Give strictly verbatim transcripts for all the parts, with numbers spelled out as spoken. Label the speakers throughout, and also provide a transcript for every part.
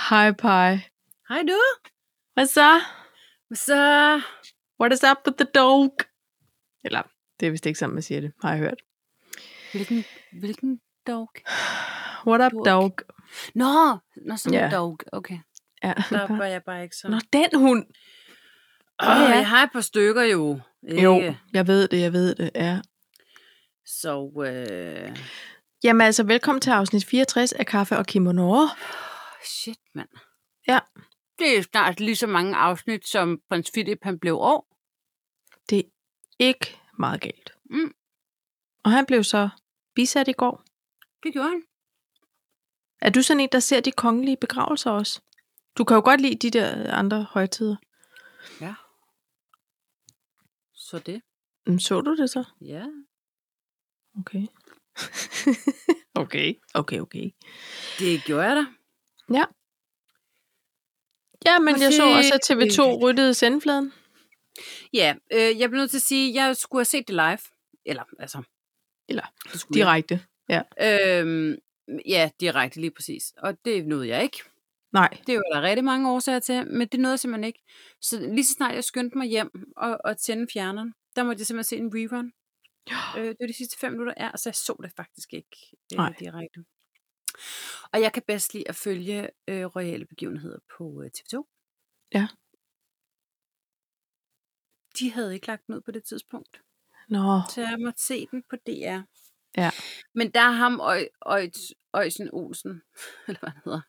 Speaker 1: Hej, Paj.
Speaker 2: Hej du.
Speaker 1: Hvad så?
Speaker 2: Hvad så?
Speaker 1: What is up with the dog? Eller, det er vist ikke sådan, man siger det, har jeg hørt.
Speaker 2: Hvilken, hvilken dog?
Speaker 1: What up,
Speaker 2: Dog.
Speaker 1: dog?
Speaker 2: Nå, nå sådan en
Speaker 1: Ja.
Speaker 2: dog. Okay.
Speaker 1: Ja.
Speaker 2: Der var jeg bare ikke så.
Speaker 1: Nå, den hund.
Speaker 2: Åh,
Speaker 1: ja.
Speaker 2: jeg har et par stykker jo. Ikke?
Speaker 1: Jo, jeg ved det, jeg ved det, ja.
Speaker 2: Så, øh...
Speaker 1: Jamen altså, velkommen til afsnit fireogtres af Kaffe og Kimonoer.
Speaker 2: shit, mand.
Speaker 1: Ja.
Speaker 2: Det er snart lige så mange afsnit, som prins Philip han blev år.
Speaker 1: Det er ikke meget galt.
Speaker 2: Mm.
Speaker 1: Og han blev så bisat i går.
Speaker 2: Det gjorde han.
Speaker 1: Er du sådan en, der ser de kongelige begravelser også? Du kan jo godt lide de der andre højtider.
Speaker 2: Ja. Så det.
Speaker 1: Men så du det så?
Speaker 2: Ja.
Speaker 1: Okay. okay, okay, okay.
Speaker 2: Det gjorde jeg da.
Speaker 1: Ja. Ja, men
Speaker 2: Må
Speaker 1: jeg
Speaker 2: se-
Speaker 1: så også, at T V to ryddede sendefladen.
Speaker 2: Ja, øh, jeg bliver nødt til at sige, at jeg skulle have set det live. Eller, altså...
Speaker 1: Eller
Speaker 2: det skulle jeg.
Speaker 1: direkte. Ja.
Speaker 2: Øhm, ja, direkte lige præcis. Og det nåede jeg ikke.
Speaker 1: Nej.
Speaker 2: Det er jo der rigtig mange årsager til, men det nåede jeg simpelthen ikke. Så lige så snart jeg skyndte mig hjem og, og tænde fjerneren, der måtte jeg simpelthen se en rerun. Øh, det var de sidste fem minutter, ja, så jeg så det faktisk ikke øh, direkte. Og jeg kan bedst lide at følge øh, royale begivenheder på øh, T V to.
Speaker 1: Ja.
Speaker 2: De havde ikke lagt den ud på det tidspunkt.
Speaker 1: Nå.
Speaker 2: Så jeg måtte se den på D R.
Speaker 1: Ja.
Speaker 2: Men der er ham Øj, Øj, Øjsen Olsen, eller hvad han hedder.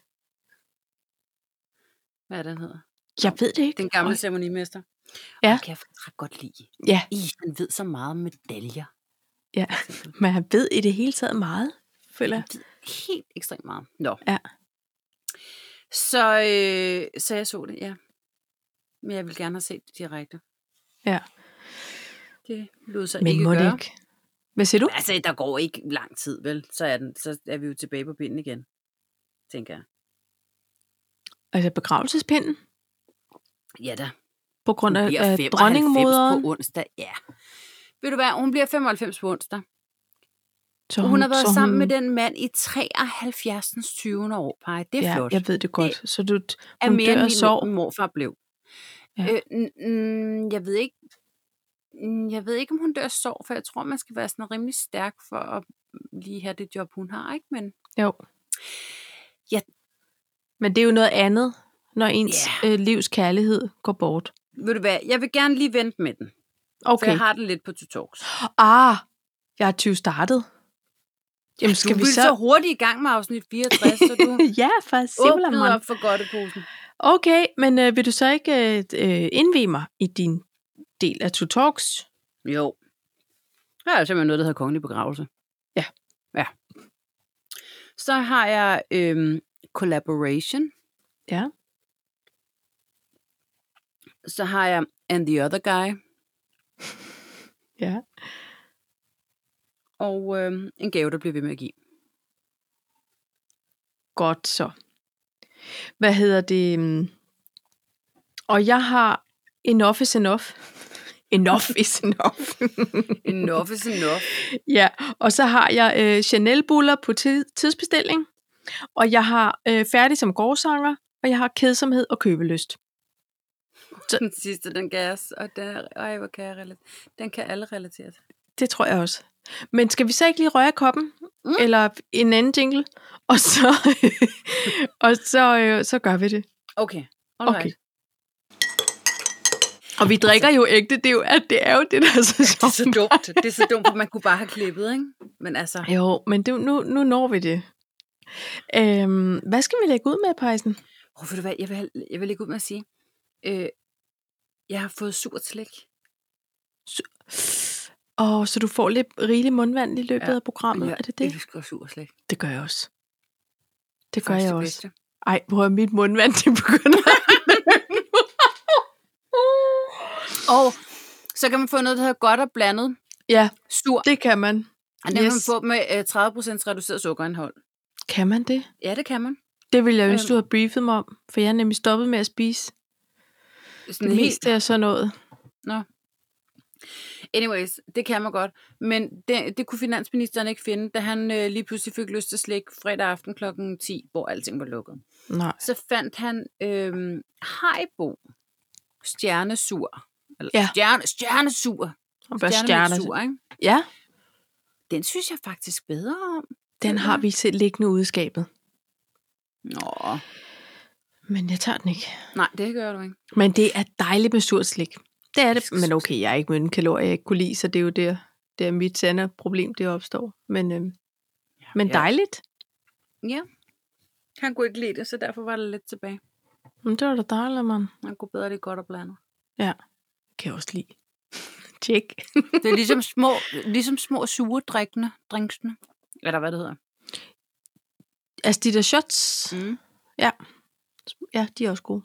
Speaker 2: Hvad er det, han hedder?
Speaker 1: Jeg ved det ikke.
Speaker 2: Den gamle ceremonimester.
Speaker 1: Ja.
Speaker 2: Og kan jeg faktisk godt lide.
Speaker 1: Ja.
Speaker 2: I, han ved så meget om medaljer.
Speaker 1: Ja. Men han ved i det hele taget meget, føler jeg.
Speaker 2: Han ved helt ekstremt meget. Nå.
Speaker 1: Ja.
Speaker 2: Så, øh, så jeg så det, ja. Men jeg vil gerne have set det direkte.
Speaker 1: Ja.
Speaker 2: Det lød sig
Speaker 1: Men
Speaker 2: ikke
Speaker 1: må det
Speaker 2: gøre.
Speaker 1: ikke? Hvad siger du?
Speaker 2: Altså, der går ikke lang tid, vel? Så er, den, så er vi jo tilbage på pinden igen, tænker jeg.
Speaker 1: Altså begravelsespinden?
Speaker 2: Ja da.
Speaker 1: På grund af,
Speaker 2: Hun bliver
Speaker 1: af
Speaker 2: femoghalvfems
Speaker 1: dronningmoderen?
Speaker 2: på onsdag, ja. Ved du hvad, hun bliver femoghalvfems på onsdag.
Speaker 1: Så
Speaker 2: hun, hun har været
Speaker 1: så
Speaker 2: sammen
Speaker 1: hun...
Speaker 2: med den mand i treoghalvfjerds tyvende år, Paj. Det er
Speaker 1: ja,
Speaker 2: flot.
Speaker 1: jeg ved det godt.
Speaker 2: Det
Speaker 1: så du,
Speaker 2: er
Speaker 1: hun
Speaker 2: mere
Speaker 1: dør
Speaker 2: end
Speaker 1: af
Speaker 2: min
Speaker 1: sorg.
Speaker 2: morfar blev.
Speaker 1: Ja.
Speaker 2: Øh, n- n- jeg ved ikke, n- jeg ved ikke, om hun dør af sorg, for jeg tror, man skal være sådan rimelig stærk for at lige have det job, hun har, ikke? Men
Speaker 1: Jo.
Speaker 2: Ja.
Speaker 1: Men det er jo noget andet, når ens
Speaker 2: Ja.
Speaker 1: øh, livs kærlighed går bort.
Speaker 2: ved du hvad, jeg vil gerne lige vente med den. For
Speaker 1: Okay.
Speaker 2: jeg har den lidt på to talks.
Speaker 1: Ah, jeg har tyve startet. Jamen, skal
Speaker 2: du
Speaker 1: vi
Speaker 2: vil
Speaker 1: så...
Speaker 2: så hurtigt i gang med afsnit fireogtres, så du
Speaker 1: ja, for
Speaker 2: åbnede
Speaker 1: simpelthen.
Speaker 2: op for godteposen.
Speaker 1: Okay, men øh, vil du så ikke øh, indvige mig i din del af To Talks?
Speaker 2: Jo. Der er simpelthen noget, der hedder kongelig begravelse.
Speaker 1: Ja.
Speaker 2: Ja. Så har jeg øhm, collaboration.
Speaker 1: Ja.
Speaker 2: Så har jeg And the Other Guy.
Speaker 1: Ja.
Speaker 2: Og øhm, en gave, der bliver ved med at give.
Speaker 1: Godt så. Hvad hedder det? mm, Og jeg har Enough is Enough. Enough is Enough.
Speaker 2: Enough is enough.
Speaker 1: Ja, og så har jeg øh, Chanel-buller på ti- tidsbestilling. Og jeg har øh, Færdig som gårdsanger. Og jeg har Kedsomhed og købelyst.
Speaker 2: Den sidste, den gas, og den, er, ej, hvor kan jeg relatere. Den kan alle relatere til.
Speaker 1: Det tror jeg også. Men skal vi så ikke lige røre koppen?
Speaker 2: Mm.
Speaker 1: Eller en anden jingle? Og så, og så, øh, så gør vi det.
Speaker 2: Okay, alright.
Speaker 1: Okay. Og vi drikker jo ægte. Det er jo, at det er jo det, der er så
Speaker 2: Det er så
Speaker 1: sjovt.
Speaker 2: dumt. Det er så dumt, for man kunne bare have klippet, ikke? Men altså...
Speaker 1: Jo, men det, nu, nu når vi det. Øhm, hvad skal vi lægge ud med, Pejsen?
Speaker 2: Åh, ved du hvad, jeg vil, jeg vil lægge ud med at sige, øh, jeg har fået surt slik.
Speaker 1: Åh, oh, så du får lidt rigelig mundvand i løbet
Speaker 2: Ja,
Speaker 1: af programmet,
Speaker 2: Jeg
Speaker 1: er det det?
Speaker 2: elsker surt slik.
Speaker 1: Det gør jeg også. Det gør
Speaker 2: Faktisk
Speaker 1: jeg
Speaker 2: det
Speaker 1: også.
Speaker 2: bedste.
Speaker 1: Ej, hvor er mit mundvand, det begynder.
Speaker 2: Og så kan man få noget, der hedder godt og blandet.
Speaker 1: Ja,
Speaker 2: Sur.
Speaker 1: det kan man.
Speaker 2: Og det kan
Speaker 1: Yes.
Speaker 2: man få med øh, tredive procent reduceret sukkerindhold.
Speaker 1: Kan man det?
Speaker 2: Ja, det kan man.
Speaker 1: Det vil jeg ønske,
Speaker 2: Øhm.
Speaker 1: du har briefet mig om, for jeg er nemlig stoppet med at spise.
Speaker 2: Sådan
Speaker 1: Det
Speaker 2: helt...
Speaker 1: meste er sådan noget.
Speaker 2: Nå. Anyways, det kan man godt. Men det, det kunne finansministeren ikke finde, da han øh, lige pludselig fik lyst til slik fredag aften klokken ti, hvor alting var lukket.
Speaker 1: Nej.
Speaker 2: Så fandt han øh, Haribo stjernesur. Eller
Speaker 1: Ja.
Speaker 2: stjerne, stjernesur.
Speaker 1: Og bare
Speaker 2: Stjernemælksur, ikke?
Speaker 1: Ja,
Speaker 2: Den synes jeg faktisk bedre om.
Speaker 1: den har vi selv liggende ude i skabet.
Speaker 2: Nå,
Speaker 1: Men jeg tager den ikke.
Speaker 2: nej, det gør du ikke.
Speaker 1: Men det er dejligt med surt slik. Det er det. Men okay, jeg er ikke mønten kalorier, jeg ikke kunne lide, så det er jo der, det er mit sande problem, det opstår. Men, øhm,
Speaker 2: Ja,
Speaker 1: men
Speaker 2: ja.
Speaker 1: dejligt.
Speaker 2: Ja. Han kunne ikke lide det, så derfor var det lidt tilbage.
Speaker 1: Men det var da dejligt, mand.
Speaker 2: Han kunne bedre det godt og blande.
Speaker 1: Ja, kan jeg også lide. Tjek.
Speaker 2: Det er ligesom små, ligesom små sure drikkende, drinksene. Eller hvad det hedder.
Speaker 1: Altså de der shots,
Speaker 2: Mm.
Speaker 1: ja, de er også gode.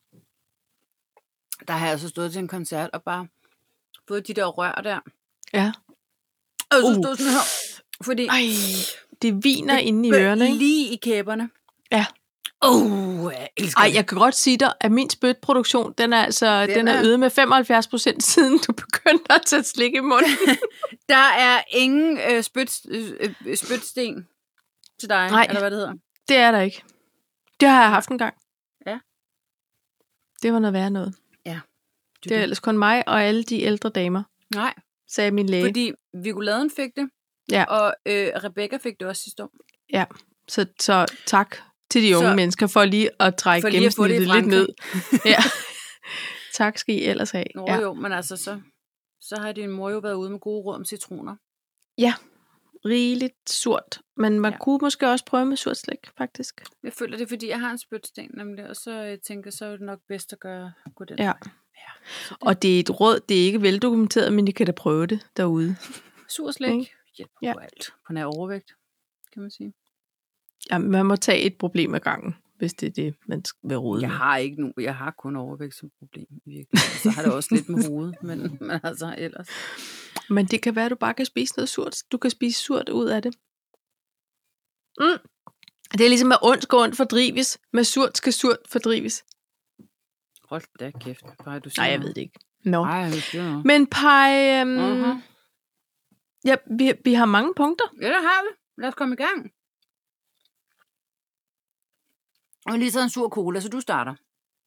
Speaker 2: Der har jeg altså stået til en koncert og bare fået de der rør der.
Speaker 1: Ja.
Speaker 2: Og så
Speaker 1: Uh.
Speaker 2: stod sådan her. Fordi
Speaker 1: Ej, det viner inde i ørerne, ikke?
Speaker 2: lige i kæberne.
Speaker 1: Ja.
Speaker 2: Oh, jeg elsker
Speaker 1: Ej,
Speaker 2: det.
Speaker 1: jeg kan godt sige dig, at min spytproduktion, den er altså den, den er
Speaker 2: er-
Speaker 1: øget med femoghalvfjerds procent siden du begyndte at tage slik i munden.
Speaker 2: Der er ingen øh, spyt, øh, øh, spytsten til dig,
Speaker 1: Nej.
Speaker 2: eller hvad det hedder.
Speaker 1: Det er der ikke. Det har jeg haft en gang.
Speaker 2: Ja.
Speaker 1: Det var noget værre noget.
Speaker 2: Du,
Speaker 1: Det er ellers kun mig og alle de ældre damer,
Speaker 2: Nej,
Speaker 1: sagde min læge.
Speaker 2: fordi Vigoladen fik det,
Speaker 1: Ja.
Speaker 2: og øh, Rebecca fik det også sidste år.
Speaker 1: Så, så tak til de unge
Speaker 2: Så-
Speaker 1: mennesker for lige at trække
Speaker 2: For lige at få det i
Speaker 1: gennemsnittet lidt
Speaker 2: Frankrig.
Speaker 1: ned. Ja. Tak skal I ellers have.
Speaker 2: Nå
Speaker 1: Ja.
Speaker 2: jo, men altså så, så har din mor jo været ude med gode råd om citroner.
Speaker 1: Rigeligt surt. Men man
Speaker 2: Ja.
Speaker 1: ja. kunne måske også prøve med surt slik, faktisk.
Speaker 2: Jeg føler det, er, fordi jeg har en spytsten nemlig, og så øh, tænker så er det nok bedst at gøre, gå den
Speaker 1: Ja.
Speaker 2: vej. Ja. Så det,
Speaker 1: Og det er et råd, det er ikke veldokumenteret, men I kan da prøve det derude.
Speaker 2: sur slik
Speaker 1: Ikke?
Speaker 2: hjælper
Speaker 1: Ja.
Speaker 2: på alt. På nær overvægt, kan man sige.
Speaker 1: Ja, man må tage et problem ad gangen, hvis det er det, man vil rode
Speaker 2: Jeg
Speaker 1: med.
Speaker 2: har ikke nu, jeg har kun overvægt som problem i virkeligheden. Så har det også lidt med hovedet, men, men altså ellers.
Speaker 1: Men det kan være, at du bare kan spise noget surt. Du kan spise surt ud af det. Mm. Det er ligesom, at ondt skal ondt fordrives. Med surt skal surt fordrives.
Speaker 2: Hold da kæft. Pej, du
Speaker 1: Nej, jeg ved det ikke. Nå.
Speaker 2: Nej, jeg siger noget.
Speaker 1: Men Paj, øhm,
Speaker 2: Mhm.
Speaker 1: ja, vi, vi har mange punkter.
Speaker 2: Ja, det har vi. Lad os komme i gang. Og lige så en sur cola, så du starter.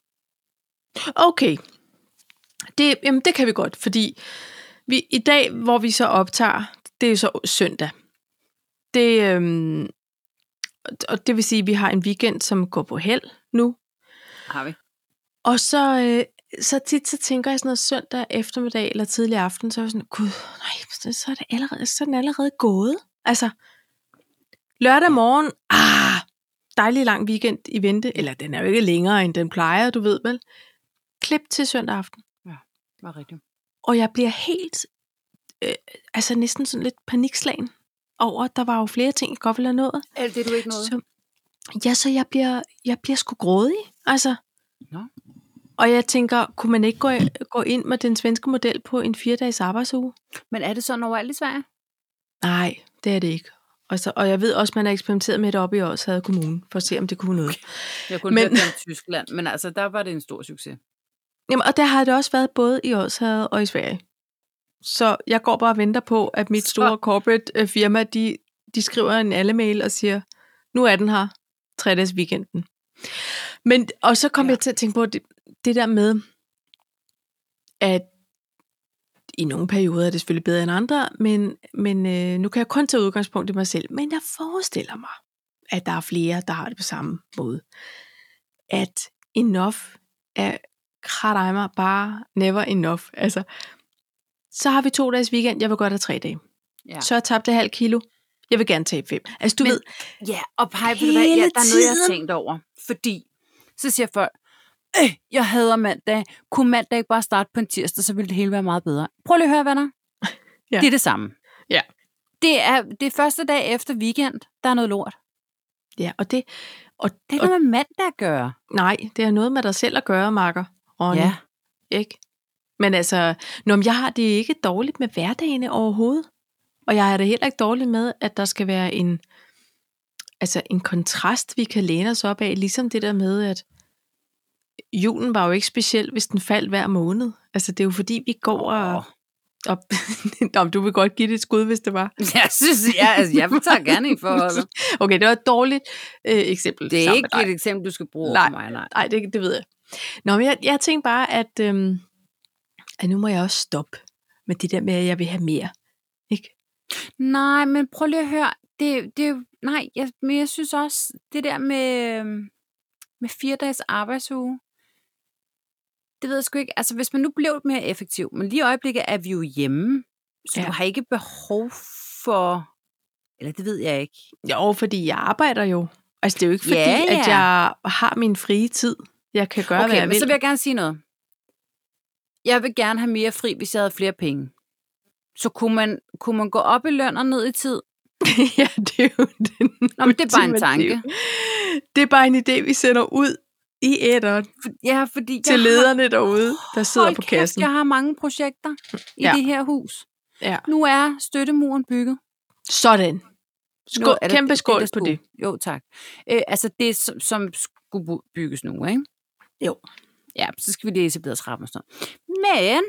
Speaker 1: Okay. Det, jamen, det kan vi godt, fordi vi, i dag, hvor vi så optager, det er jo så søndag. Det, øhm, og det vil sige, at vi har en weekend, som går på held nu.
Speaker 2: Har vi.
Speaker 1: Og så, øh, så tit så tænker jeg sådan noget søndag eftermiddag eller tidlig aften, så er jeg sådan, gud, nej, så er det allerede, så er den allerede gået. Altså, lørdag morgen, ah, dejlig lang weekend i vente, eller den er jo ikke længere, end den plejer, du ved vel. Klip til søndag aften.
Speaker 2: Var rigtigt.
Speaker 1: Og jeg bliver helt, øh, altså næsten sådan lidt panikslagen over, at der var jo flere ting, jeg godt ville have nået.
Speaker 2: Alt det, du ikke nåede.
Speaker 1: Så, ja, så jeg bliver, jeg bliver sgu grådig, altså.
Speaker 2: Nå.
Speaker 1: Og jeg tænker, kunne man ikke gå, gå ind med den svenske model på en fire-dages arbejdsuge?
Speaker 2: Men er det sådan overalt i Sverige?
Speaker 1: Nej, det er det ikke. Og, så, og jeg ved også, man har eksperimenteret med det oppe i Odsherred Kommune, for at se, om det kunne noget.
Speaker 2: Jeg kunne
Speaker 1: Men-
Speaker 2: men... høre det om Tyskland, men altså, der var det en stor succes.
Speaker 1: Jamen, og der har det også været både i Odsherred og i Sverige. Så jeg går bare og venter på, at mit
Speaker 2: Så-
Speaker 1: store corporate øh, firma, de, de skriver en alle-mail og siger, nu er den her, tre dages weekenden. Men, og så kom
Speaker 2: Ja.
Speaker 1: ja. jeg til at tænke på det, det der med, at i nogle perioder er det selvfølgelig bedre end andre, men, men øh, nu kan jeg kun tage udgangspunkt i mig selv. Men jeg forestiller mig, at der er flere, der har det på samme måde. At enough er kraftedeme bare never enough. Altså, så har vi to dages weekend, jeg vil godt have tre dage.
Speaker 2: Ja.
Speaker 1: Så har jeg tabt det halv kilo, jeg vil gerne tabe fem. Altså du
Speaker 2: Men-
Speaker 1: ved,
Speaker 2: Ja, og pej, ved du hvad, ja,
Speaker 1: Hele
Speaker 2: der er noget, jeg har
Speaker 1: tiden.
Speaker 2: tænkt over. Fordi, så siger folk, øh, jeg hader mandag. Kunne mandag ikke bare starte på en tirsdag, så ville det hele være meget bedre. Prøv lige at høre, venner.
Speaker 1: Ja.
Speaker 2: Det er det samme.
Speaker 1: Ja.
Speaker 2: Det er det første dag efter weekend, der er noget lort.
Speaker 1: ja, og det, og,
Speaker 2: Det er
Speaker 1: og
Speaker 2: noget med mandag at gøre.
Speaker 1: nej, det er noget med dig selv at gøre, Marker. Ronny.
Speaker 2: Ja.
Speaker 1: Ikke? Men altså, nå, men jeg har det ikke dårligt med hverdagene overhovedet. Og jeg har det heller ikke dårligt med, at der skal være en, altså en kontrast, vi kan læne os op af. Ligesom det der med, at julen var jo ikke speciel, hvis den faldt hver måned. Altså det er jo fordi, vi går og, Og, Nå, du vil godt give det et skud, hvis det var.
Speaker 2: Jeg synes, jeg, altså, jeg tager gerne i forholdet.
Speaker 1: Okay, det var et dårligt øh, eksempel.
Speaker 2: Det er ikke et eksempel, du skal bruge
Speaker 1: nej,
Speaker 2: for mig, nej.
Speaker 1: Nej, det, det ved jeg. Nå, men jeg, jeg tænkte bare, at, øhm, at nu må jeg også stoppe med det der med, at jeg vil have mere. Ikke?
Speaker 2: Nej, men prøv lige at høre. Det, det, nej, jeg, men jeg synes også, det der med, med fire dages arbejdsuge, det ved jeg sgu ikke. Altså, hvis man nu blev mere effektiv, men lige i øjeblikket er vi jo hjemme, så ja. Du har ikke behov for, eller det ved jeg ikke.
Speaker 1: Jo, fordi jeg arbejder jo. Altså, det er jo ikke fordi,
Speaker 2: ja, ja.
Speaker 1: at jeg har min frie tid. Jeg kan gøre,
Speaker 2: okay,
Speaker 1: hvad jeg
Speaker 2: men
Speaker 1: vil.
Speaker 2: Så vil jeg gerne sige noget. Jeg vil gerne have mere fri, hvis jeg havde flere penge. Så kunne man, kunne man gå op i løn og ned i tid?
Speaker 1: Ja, det er jo den.
Speaker 2: Nå, men det er bare en tanke.
Speaker 1: Det er bare en idé, vi sender ud i æteren.
Speaker 2: Ja, fordi
Speaker 1: til lederne har... derude, der sidder
Speaker 2: Hold
Speaker 1: på
Speaker 2: kæft,
Speaker 1: kassen.
Speaker 2: Jeg har mange projekter i ja. det her hus.
Speaker 1: Ja.
Speaker 2: Nu er støttemuren bygget.
Speaker 1: Sådan. Skål, det, kæmpe skål det, på det.
Speaker 2: Jo, tak. Øh, altså det, som, som skulle bygges nu, ikke?
Speaker 1: Jo.
Speaker 2: Ja, så skal vi lige etablere trappen og sådan noget. Men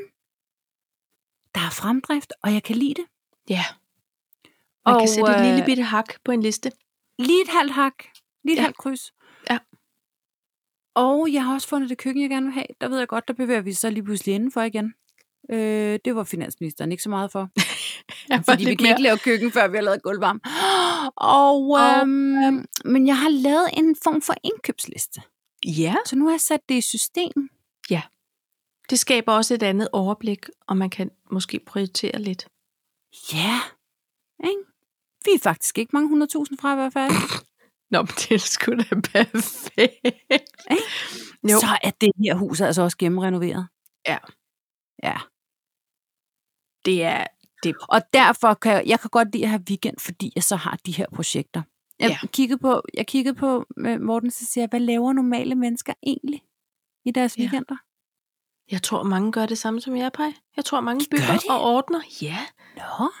Speaker 2: der er fremdrift, og jeg kan lide det.
Speaker 1: Ja. Man og, kan sætte et lille bitte hak på en liste.
Speaker 2: Lige et halvt hak. Lige et ja. halvt kryds.
Speaker 1: Ja.
Speaker 2: Og jeg har også fundet det køkken, jeg gerne vil have. Der ved jeg godt, der bevæger vi så lige pludselig indenfor igen. Øh, det var finansministeren ikke så meget for. Fordi vi kan mere. ikke lave køkken, før vi har lavet gulvvarme. Og, øhm, øhm, men jeg har lavet en form for indkøbsliste.
Speaker 1: Ja.
Speaker 2: Så nu har jeg sat det i system.
Speaker 1: Ja. Det skaber også et andet overblik, og man kan måske prioritere lidt.
Speaker 2: Ja. Ikke? Vi er faktisk ikke mange hundredtusind fra at være færdige.
Speaker 1: Nå, men det er sgu da perfekt.
Speaker 2: Så er det her hus altså også gennemrenoveret.
Speaker 1: Ja.
Speaker 2: Ja.
Speaker 1: Det er... Det.
Speaker 2: Og derfor kan jeg, jeg kan godt lide at have weekend, fordi jeg så har de her projekter. Jeg ja. kiggede på, jeg kiggede på Morten, så siger jeg, hvad laver normale mennesker egentlig i deres ja. weekender?
Speaker 1: Jeg tror, mange gør det samme som jeg, Paj. Jeg tror, mange bygger og ordner. Ja.
Speaker 2: Nå.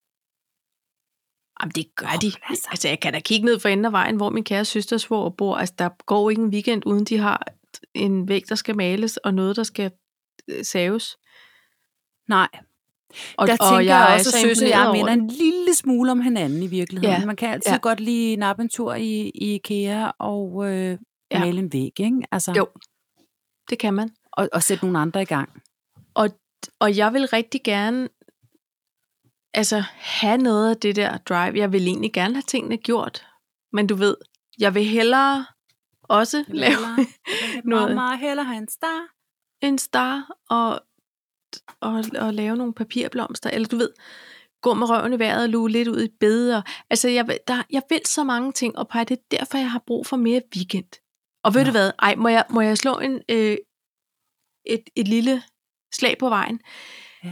Speaker 1: Jamen, det gør de. Altså, jeg kan da kigge ned for enden af vejen, hvor min kære søstersvor bor. Altså, der går ikke en weekend, uden de har en væg, der skal males, og noget, der skal saves.
Speaker 2: Nej. Og, der tænker og jeg, jeg også, at Søs og jeg minder en lille smule om hinanden i virkeligheden. Ja. Man kan altid ja. godt lige nappe en tur i, i IKEA og øh, ja. male en væg, ikke? Altså,
Speaker 1: jo, det kan man.
Speaker 2: Og, og sætte nogle andre i gang.
Speaker 1: Og, og jeg vil rigtig gerne altså, have noget af det der drive. Jeg vil egentlig gerne have tingene gjort. Men du ved, jeg vil hellere også lave noget.
Speaker 2: Meget hellere have en star.
Speaker 1: En star og Og, og lave nogle papirblomster, eller du ved, gå med røven i vejret og luge lidt ud i bede. Altså, jeg, der, jeg vil så mange ting, og Paj, det er derfor, jeg har brug for mere weekend. Og ved ja. du hvad? Ej, må jeg, må jeg slå en, øh, et, et lille slag på vejen?
Speaker 2: Ja.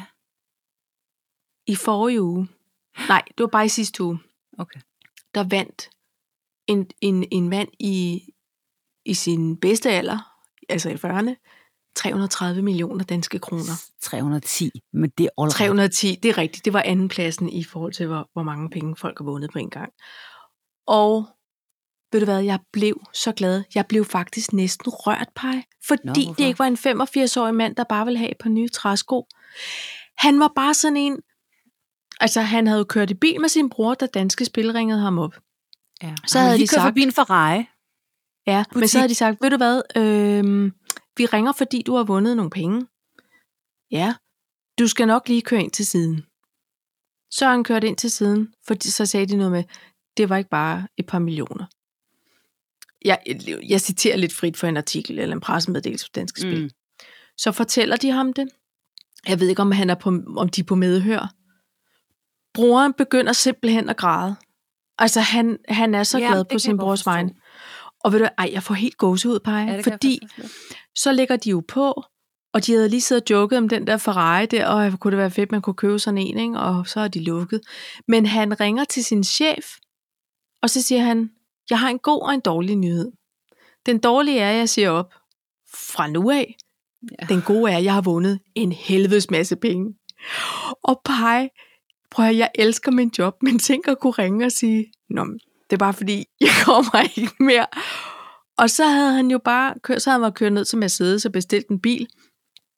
Speaker 1: I forrige uge, nej, det var bare i sidste uge,
Speaker 2: okay.
Speaker 1: der vandt en, en, en mand i, i sin bedste alder, altså i fyrrerne, tre hundrede og tredive millioner danske kroner.
Speaker 2: tre hundrede og ti, men det er all
Speaker 1: tre hundrede og ti, det er rigtigt. Det var andenpladsen i forhold til, hvor, hvor mange penge folk har vundet på en gang. Og ved du hvad, jeg blev så glad. Jeg blev faktisk næsten rørt, Paj. Fordi Nå, det ikke var en femogfirs-årig mand, der bare ville have et par nye træsko. Han var bare sådan en... Altså, han havde jo kørt i bil med sin bror, da Danske Spil ringede ham op.
Speaker 2: Ja. Så havde de sagt... forbi en Ferrari.
Speaker 1: Ja, butik. Men så havde de sagt, ved du hvad... Øh, vi ringer, fordi du har vundet nogle penge. Ja, du skal nok lige køre ind til siden. Så har han kørt ind til siden, fordi så sagde de noget med, det var ikke bare et par millioner. Jeg, jeg citerer lidt frit for en artikel, eller en pressemeddelelse på Danske Spil. Mm. Så fortæller de ham det. Jeg ved ikke, om, han er på, om de er på medhør. Broren begynder simpelthen at græde. Altså, han, han er så ja, glad på sin brors vejen. Og ved du, ej, jeg får helt gåsehud, Paj, ja, fordi så lægger de jo på, og de havde lige siddet og joket om den der Ferrari der, og kunne det være fedt, man kunne købe sådan en, ikke? Og så er de lukket. Men han ringer til sin chef, og så siger han, jeg har en god og en dårlig nyhed. Den dårlige er, at jeg siger op fra nu af. Ja. Den gode er, at jeg har vundet en helvedes masse penge. Og Paj, prøv at jeg elsker min job, men tænker at kunne ringe og sige, nå, det er bare fordi, jeg kommer ikke mere. Og så havde han jo bare kørt, så havde han kørt ned til Mercedes og bestilt en bil.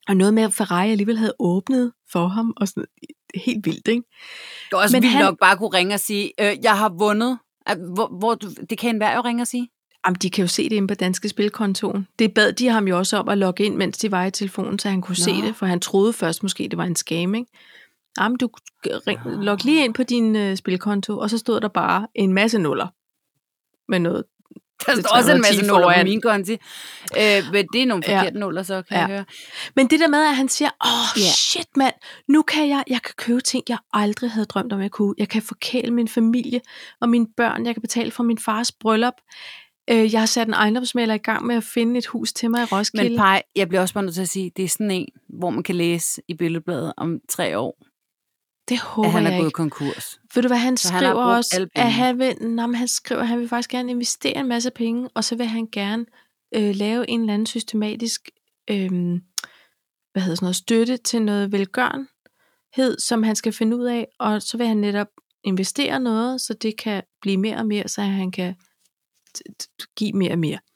Speaker 1: Og noget med, at Ferrari alligevel havde åbnet for ham, og sådan helt vildt, ikke?
Speaker 2: Det var også
Speaker 1: Men
Speaker 2: vildt
Speaker 1: han-
Speaker 2: nok bare at kunne ringe og sige, øh, jeg har vundet. At, hvor, hvor, du- det kan enhver jo ringe og sige.
Speaker 1: Jamen, de kan jo se det inde på Danske Spilkontoen. Det bad de ham jo også om at logge ind, mens de var i telefonen, så han kunne
Speaker 2: Nå.
Speaker 1: se det, for han troede først måske, det var en scam, ikke? Jamen, du ring, log lige ind på din øh, spilkonto, og så stod der bare en masse nuller med noget.
Speaker 2: Der
Speaker 1: Det
Speaker 2: står også en masse
Speaker 1: tre hundrede og ti
Speaker 2: nuller på
Speaker 1: foran.
Speaker 2: min konti. Øh, men det er nogle
Speaker 1: Ja.
Speaker 2: forkerte nuller, så kan
Speaker 1: Ja.
Speaker 2: jeg høre.
Speaker 1: Men det der med, at han siger, åh,
Speaker 2: Ja.
Speaker 1: shit mand, nu kan jeg, jeg kan købe ting, jeg aldrig havde drømt om, jeg kunne. Jeg kan forkæle min familie og mine børn, jeg kan betale for min fars bryllup. Øh, Jeg har sat en ejendomsmægler i gang med at finde et hus til mig i Roskilde.
Speaker 2: Men Paj, jeg bliver også bare nødt til at sige, det er sådan en, hvor man kan læse i Billedbladet om tre år,
Speaker 1: Det håber
Speaker 2: at han
Speaker 1: jeg
Speaker 2: er gået
Speaker 1: ikke.
Speaker 2: konkurs.
Speaker 1: Ved du hvad, han
Speaker 2: Så han har
Speaker 1: skriver
Speaker 2: brugt
Speaker 1: også,
Speaker 2: alle
Speaker 1: at
Speaker 2: pengene.
Speaker 1: han vil, nej, men han skriver, at han vil faktisk gerne investere en masse penge, og så vil han gerne øh, lave en eller anden systematisk øh, hvad hedder sådan noget, støtte til noget velgørenhed, som han skal finde ud af, og så vil han netop investere noget, så det kan blive mere og mere, så han kan t- t- give mere og mere.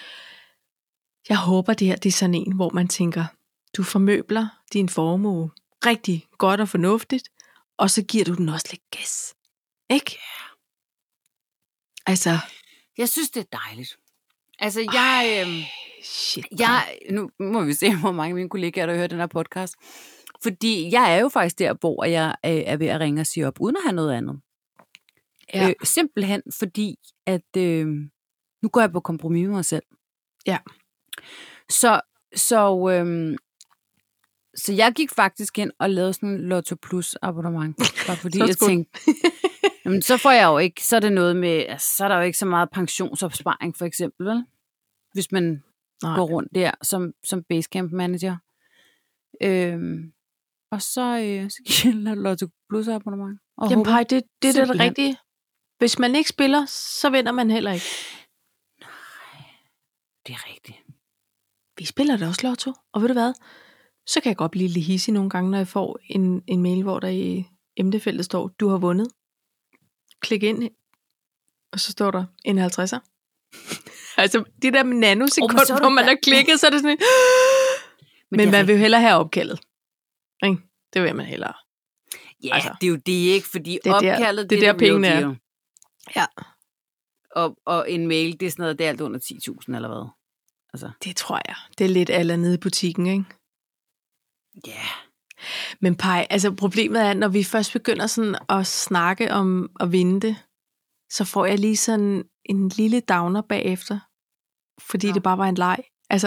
Speaker 1: Jeg håber, det her det er sådan en, hvor man tænker, du formøbler din formue rigtig godt og fornuftigt, og så giver du den også lidt gas. Ikke? Altså,
Speaker 2: Jeg synes, det er dejligt. Altså, jeg... Øh,
Speaker 1: shit.
Speaker 2: jeg nu må vi se, hvor mange af mine kollegaer, der hører den her podcast. Fordi jeg er jo faktisk der, hvor jeg øh, er ved at ringe og sige op, uden at have noget andet.
Speaker 1: Ja.
Speaker 2: Øh, simpelthen fordi, at øh, nu går jeg på kompromis med mig selv.
Speaker 1: Ja.
Speaker 2: Så, så, øh, så jeg gik faktisk ind og lavede sådan en Lotto Plus abonnement. Bare fordi
Speaker 1: Så
Speaker 2: jeg
Speaker 1: skulle-
Speaker 2: tænkte, jamen, så får jeg jo ikke, så er det noget med, altså, så er der jo ikke så meget pensionsopsparing for eksempel, vel? Hvis man
Speaker 1: Nej.
Speaker 2: går rundt der som, som Basecamp manager. Øhm, og så, øh, så gik jeg og lavede Lotto Plus abonnement. Og
Speaker 1: Jamen,
Speaker 2: håber-
Speaker 1: Paj, det, det er det
Speaker 2: simpelthen.
Speaker 1: rigtige. Hvis man ikke spiller, så vinder man heller ikke.
Speaker 2: Det er rigtigt.
Speaker 1: Vi spiller da også lotto, og ved du hvad? Så kan jeg godt blive lidt hissig nogle gange, når jeg får en, en mail, hvor der i emnefeltet står, du har vundet. Klik ind, og så står der en halvtredser. Altså, det der med nanosekund,
Speaker 2: Oh, men så er
Speaker 1: oh, hvor
Speaker 2: du
Speaker 1: man
Speaker 2: da-
Speaker 1: har klikket, så er det sådan en... Men,
Speaker 2: det er
Speaker 1: man vil jo hellere have opkaldet. Ikke? Det vil man hellere.
Speaker 2: Ja,
Speaker 1: Altså,
Speaker 2: altså, det er jo det ikke, fordi
Speaker 1: det er der-
Speaker 2: opkaldet,
Speaker 1: det er
Speaker 2: det er
Speaker 1: der
Speaker 2: the real
Speaker 1: pengene er.
Speaker 2: deal.
Speaker 1: Ja.
Speaker 2: Og, og en mail, det er sådan noget, det er alt under ti tusind eller hvad? Altså,
Speaker 1: Det tror jeg. Det er lidt aller nede i butikken, ikke?
Speaker 2: ja. Yeah.
Speaker 1: Men Paj, altså problemet er, når vi først begynder sådan at snakke om at vinde det, så får jeg lige sådan en lille downer bagefter, fordi
Speaker 2: Nå.
Speaker 1: det bare var en leg. Altså,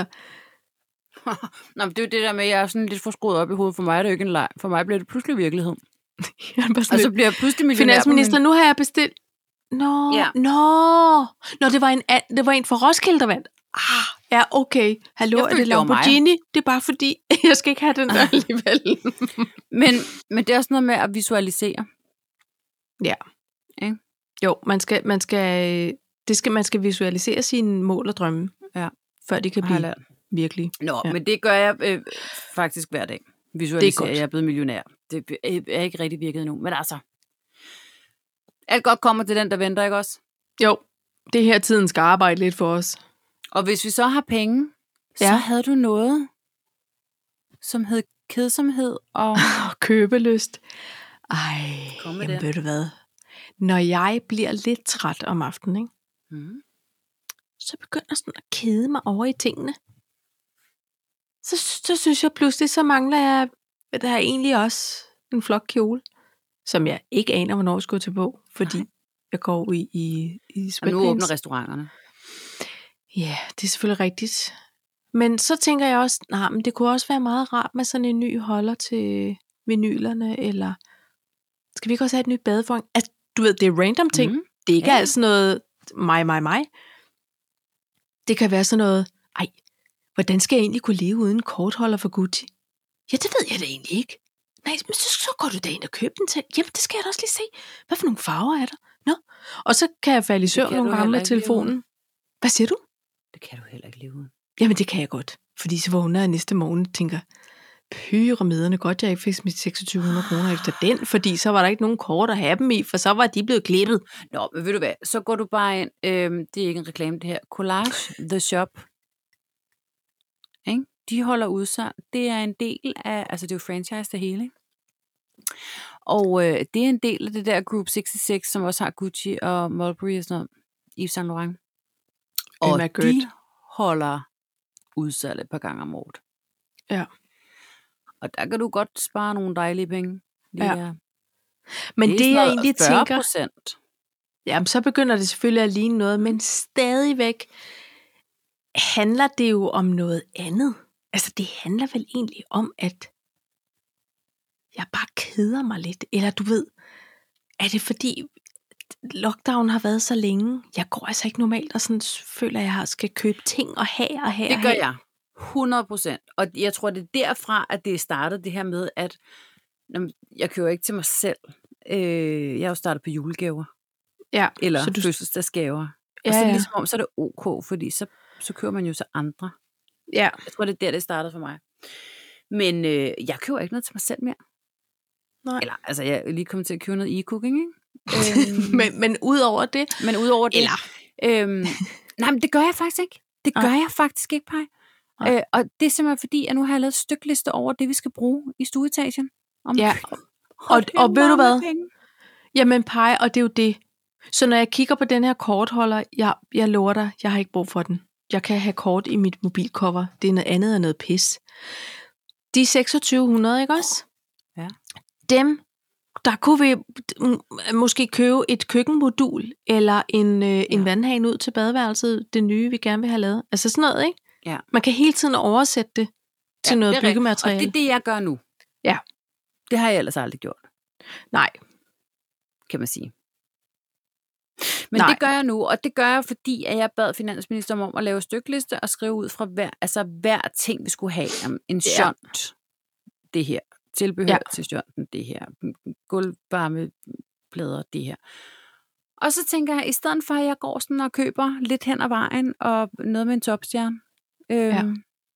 Speaker 2: Nå, men det er jo det der med, at jeg er sådan lidt for skruet op i hovedet. For mig er det jo ikke en leg. For mig bliver det pludselig virkelighed.
Speaker 1: jeg er bare
Speaker 2: Og
Speaker 1: sådan
Speaker 2: så
Speaker 1: lidt,
Speaker 2: bliver jeg pludselig millionær.
Speaker 1: finansminister, nu har jeg bestilt... Nå,
Speaker 2: Ja.
Speaker 1: ja. nå, nå, det var en, an- det var en fra Roskilde, der vandt. Ah, ja, okay. Hallo,
Speaker 2: Jeg
Speaker 1: er
Speaker 2: følte,
Speaker 1: det
Speaker 2: det var mig.
Speaker 1: Lamborghini? Det er bare fordi, jeg skal ikke have den der alligevel.
Speaker 2: Men, men det er også noget med at visualisere.
Speaker 1: Ja.
Speaker 2: Ikke?
Speaker 1: Jo, man skal, man skal, det skal, man skal visualisere sine mål og drømme,
Speaker 2: Ja.
Speaker 1: før de kan
Speaker 2: Har jeg
Speaker 1: blive
Speaker 2: lært.
Speaker 1: virkelige.
Speaker 2: Nå,
Speaker 1: Ja.
Speaker 2: ja. men det gør jeg øh, faktisk hver dag. Visualiserer,
Speaker 1: godt.
Speaker 2: at jeg er blevet millionær. Det er ikke rigtig virket endnu. Men altså, alt godt kommer til den, der venter, ikke også?
Speaker 1: Jo, det her tiden skal arbejde lidt for os.
Speaker 2: Og hvis vi så har penge, så
Speaker 1: Ja.
Speaker 2: havde du noget, som hed kedsomhed og...
Speaker 1: Og købelyst. Ej,
Speaker 2: Kom med
Speaker 1: jamen
Speaker 2: den.
Speaker 1: ved du hvad? Når jeg bliver lidt træt om aftenen, ikke?
Speaker 2: Mm.
Speaker 1: Så begynder jeg sådan at kede mig over i tingene. Så, så synes jeg pludselig, så mangler jeg, der er egentlig også en flot kjole, som jeg ikke aner, hvornår jeg skal til på, fordi
Speaker 2: Nej.
Speaker 1: jeg går i, i, i
Speaker 2: Og nu
Speaker 1: sweatpants.
Speaker 2: åbner restauranterne.
Speaker 1: Ja, det er selvfølgelig rigtigt. Men så tænker jeg også, nej, men det kunne også være meget rart med sådan en ny holder til vinylerne, eller skal vi ikke også have et nyt badeforhæng? Altså, du ved, det er random ting.
Speaker 2: Mm.
Speaker 1: Det er ikke
Speaker 2: Ja, ja.
Speaker 1: altid noget mig, mig, mig. Det kan være sådan noget, ej, hvordan skal jeg egentlig kunne leve uden kortholder for Gucci? Ja, det ved jeg da egentlig ikke. Nej, men så, så går du da ind og køber den til. Jamen, det skal jeg da også lige se. Hvad for nogle farver er der? Nå. Og så kan jeg falde i søvn
Speaker 2: kan
Speaker 1: nogle
Speaker 2: du
Speaker 1: gange
Speaker 2: heller
Speaker 1: med
Speaker 2: ikke leve
Speaker 1: telefonen. Hvad siger du?
Speaker 2: Det kan du heller ikke leve uden.
Speaker 1: Jamen, det kan jeg godt. Fordi så vågner jeg næste morgen og tænker, pyramiderne, godt jeg ikke fik mit seksogtyve hundrede kroner efter den, fordi så var der ikke nogen kort at have dem i, for så var de blevet klippet.
Speaker 2: Nå, men ved du hvad, så går du bare ind, øhm, det er ikke en reklame det her, Collage The Shop. Ikke? de holder udsalg. Det er en del af, altså det er jo franchise det hele, ikke? Og øh, det er en del af det der Group seksogtres, som også har Gucci og Mulberry og sådan noget, Yves Saint Laurent. Og de holder udsalg et par gange om året.
Speaker 1: Ja.
Speaker 2: Og der kan du godt spare nogle dejlige penge. Det
Speaker 1: ja.
Speaker 2: Er,
Speaker 1: men det, det jeg egentlig
Speaker 2: fyrre
Speaker 1: tænker...
Speaker 2: procent.
Speaker 1: Jamen, så begynder det selvfølgelig at ligne noget, men stadigvæk handler det jo om noget andet. Altså, det handler vel egentlig om, at jeg bare keder mig lidt. Eller du ved, er det fordi lockdown har været så længe? Jeg går altså ikke normalt og sådan føler, at jeg skal købe ting og have og have.
Speaker 2: Det gør jeg. hundrede procent. Og jeg tror, det er derfra, at det startede det her med, at jeg køber ikke til mig selv. Jeg er jo startet på julegaver.
Speaker 1: Ja,
Speaker 2: eller
Speaker 1: så du...
Speaker 2: fødselsdagsgaver.
Speaker 1: Ja,
Speaker 2: og så
Speaker 1: ja.
Speaker 2: ligesom om, så er det ok, fordi så, så køber man jo så andre.
Speaker 1: Ja.
Speaker 2: Jeg tror, det er der, det startede for mig. Men øh, jeg køber ikke noget til mig selv mere.
Speaker 1: Nej.
Speaker 2: Eller, altså, jeg er lige kommet til at købe noget e-cooking, ikke?
Speaker 1: øhm, men, men ud over det?
Speaker 2: Men ud over det.
Speaker 1: Eller?
Speaker 2: Øhm, nej, men det gør jeg faktisk ikke. Det gør nej. jeg faktisk ikke, Paj. Øh, og det er simpelthen fordi, at nu har jeg lavet et stykliste over det, vi skal bruge i stueetagen. Om
Speaker 1: ja. Og, og, og ved du hvad? Penge. Jamen, Paj, og det er jo det. Så når jeg kigger på den her kortholder, jeg, jeg lover dig, jeg har ikke brug for den. Jeg kan have kort i mit mobilcover. Det er noget andet end noget pis. De seksogtyve hundrede, ikke også?
Speaker 2: Ja.
Speaker 1: Dem, der kunne vi måske købe et køkkenmodul, eller en, øh, ja. en vandhane ud til badeværelset, det nye, vi gerne vil have lavet. Altså sådan noget, ikke?
Speaker 2: Ja.
Speaker 1: Man kan hele tiden oversætte det til ja, noget byggemateriale.
Speaker 2: Og det er det, jeg gør nu.
Speaker 1: Ja.
Speaker 2: Det har jeg ellers aldrig gjort.
Speaker 1: Nej.
Speaker 2: Kan man sige. Men
Speaker 1: Nej.
Speaker 2: det gør jeg nu, og det gør jeg, fordi at jeg bad finansministeren om at lave stykliste og skrive ud fra hver, altså hver ting, vi skulle have. En shunt, ja. det her. Tilbehør ja. til shunten, det her. Gulvvarmeplader, det her. Og så tænker jeg, i stedet for, at jeg går sådan og køber lidt hen ad vejen, og noget med en topstjerne, øhm, ja.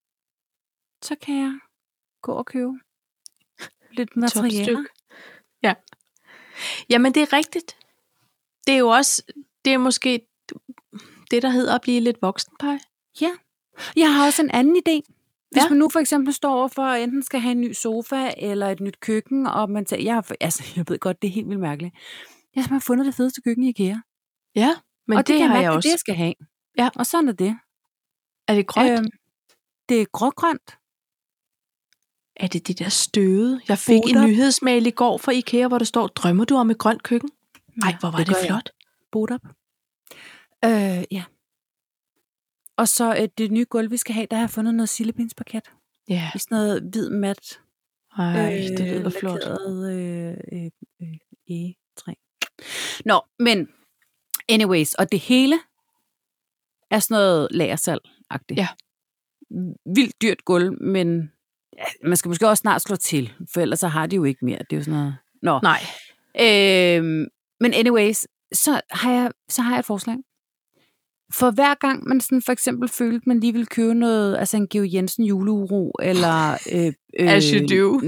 Speaker 2: så kan jeg gå og købe lidt materialer.
Speaker 1: Ja. Jamen, det er rigtigt. Det er jo også, det er måske det, der hedder at blive lidt voksen, Paj.
Speaker 2: Ja. Jeg har også en anden idé. Hvis ja. man nu for eksempel står over for, at enten skal have en ny sofa, eller et nyt køkken, og man tager, jeg, har, altså, jeg ved godt, det er helt vildt mærkeligt. Jeg har simpelthen fundet det fedeste køkken i IKEA.
Speaker 1: Ja, men
Speaker 2: og det,
Speaker 1: det
Speaker 2: har
Speaker 1: jeg
Speaker 2: jeg
Speaker 1: også.
Speaker 2: Det, jeg skal have.
Speaker 1: Ja.
Speaker 2: Og sådan er det.
Speaker 1: Er det grønt? Øhm,
Speaker 2: det er grågrønt.
Speaker 1: Er det det der støde? Jeg fik Bodop. En nyhedsmail i går fra IKEA, hvor der står, drømmer du om et grønt køkken? Nej, hvor var det, det flot.
Speaker 2: Bodop. Øh, ja. Og så øh, det nye gulv, vi skal have, der har jeg fundet noget sillebensparket.
Speaker 1: Ja. Yeah.
Speaker 2: I sådan noget hvid mat.
Speaker 1: Ej, øh, det lyder flot.
Speaker 2: Øh, øh, øh, egetræ. Nå, men anyways, og det hele er sådan noget lagersalg-agtigt.
Speaker 1: Ja.
Speaker 2: Vildt dyrt gulv, men ja, man skal måske også snart slå til, for ellers så har de jo ikke mere. Det er jo sådan noget... Nå.
Speaker 1: Nej.
Speaker 2: Øh, men anyways, så har, jeg, så har jeg et forslag. For hver gang man sådan for eksempel følte, at man lige ville købe noget, altså en Georg Jensen juleuro, eller... Øh, øh,
Speaker 1: As you do.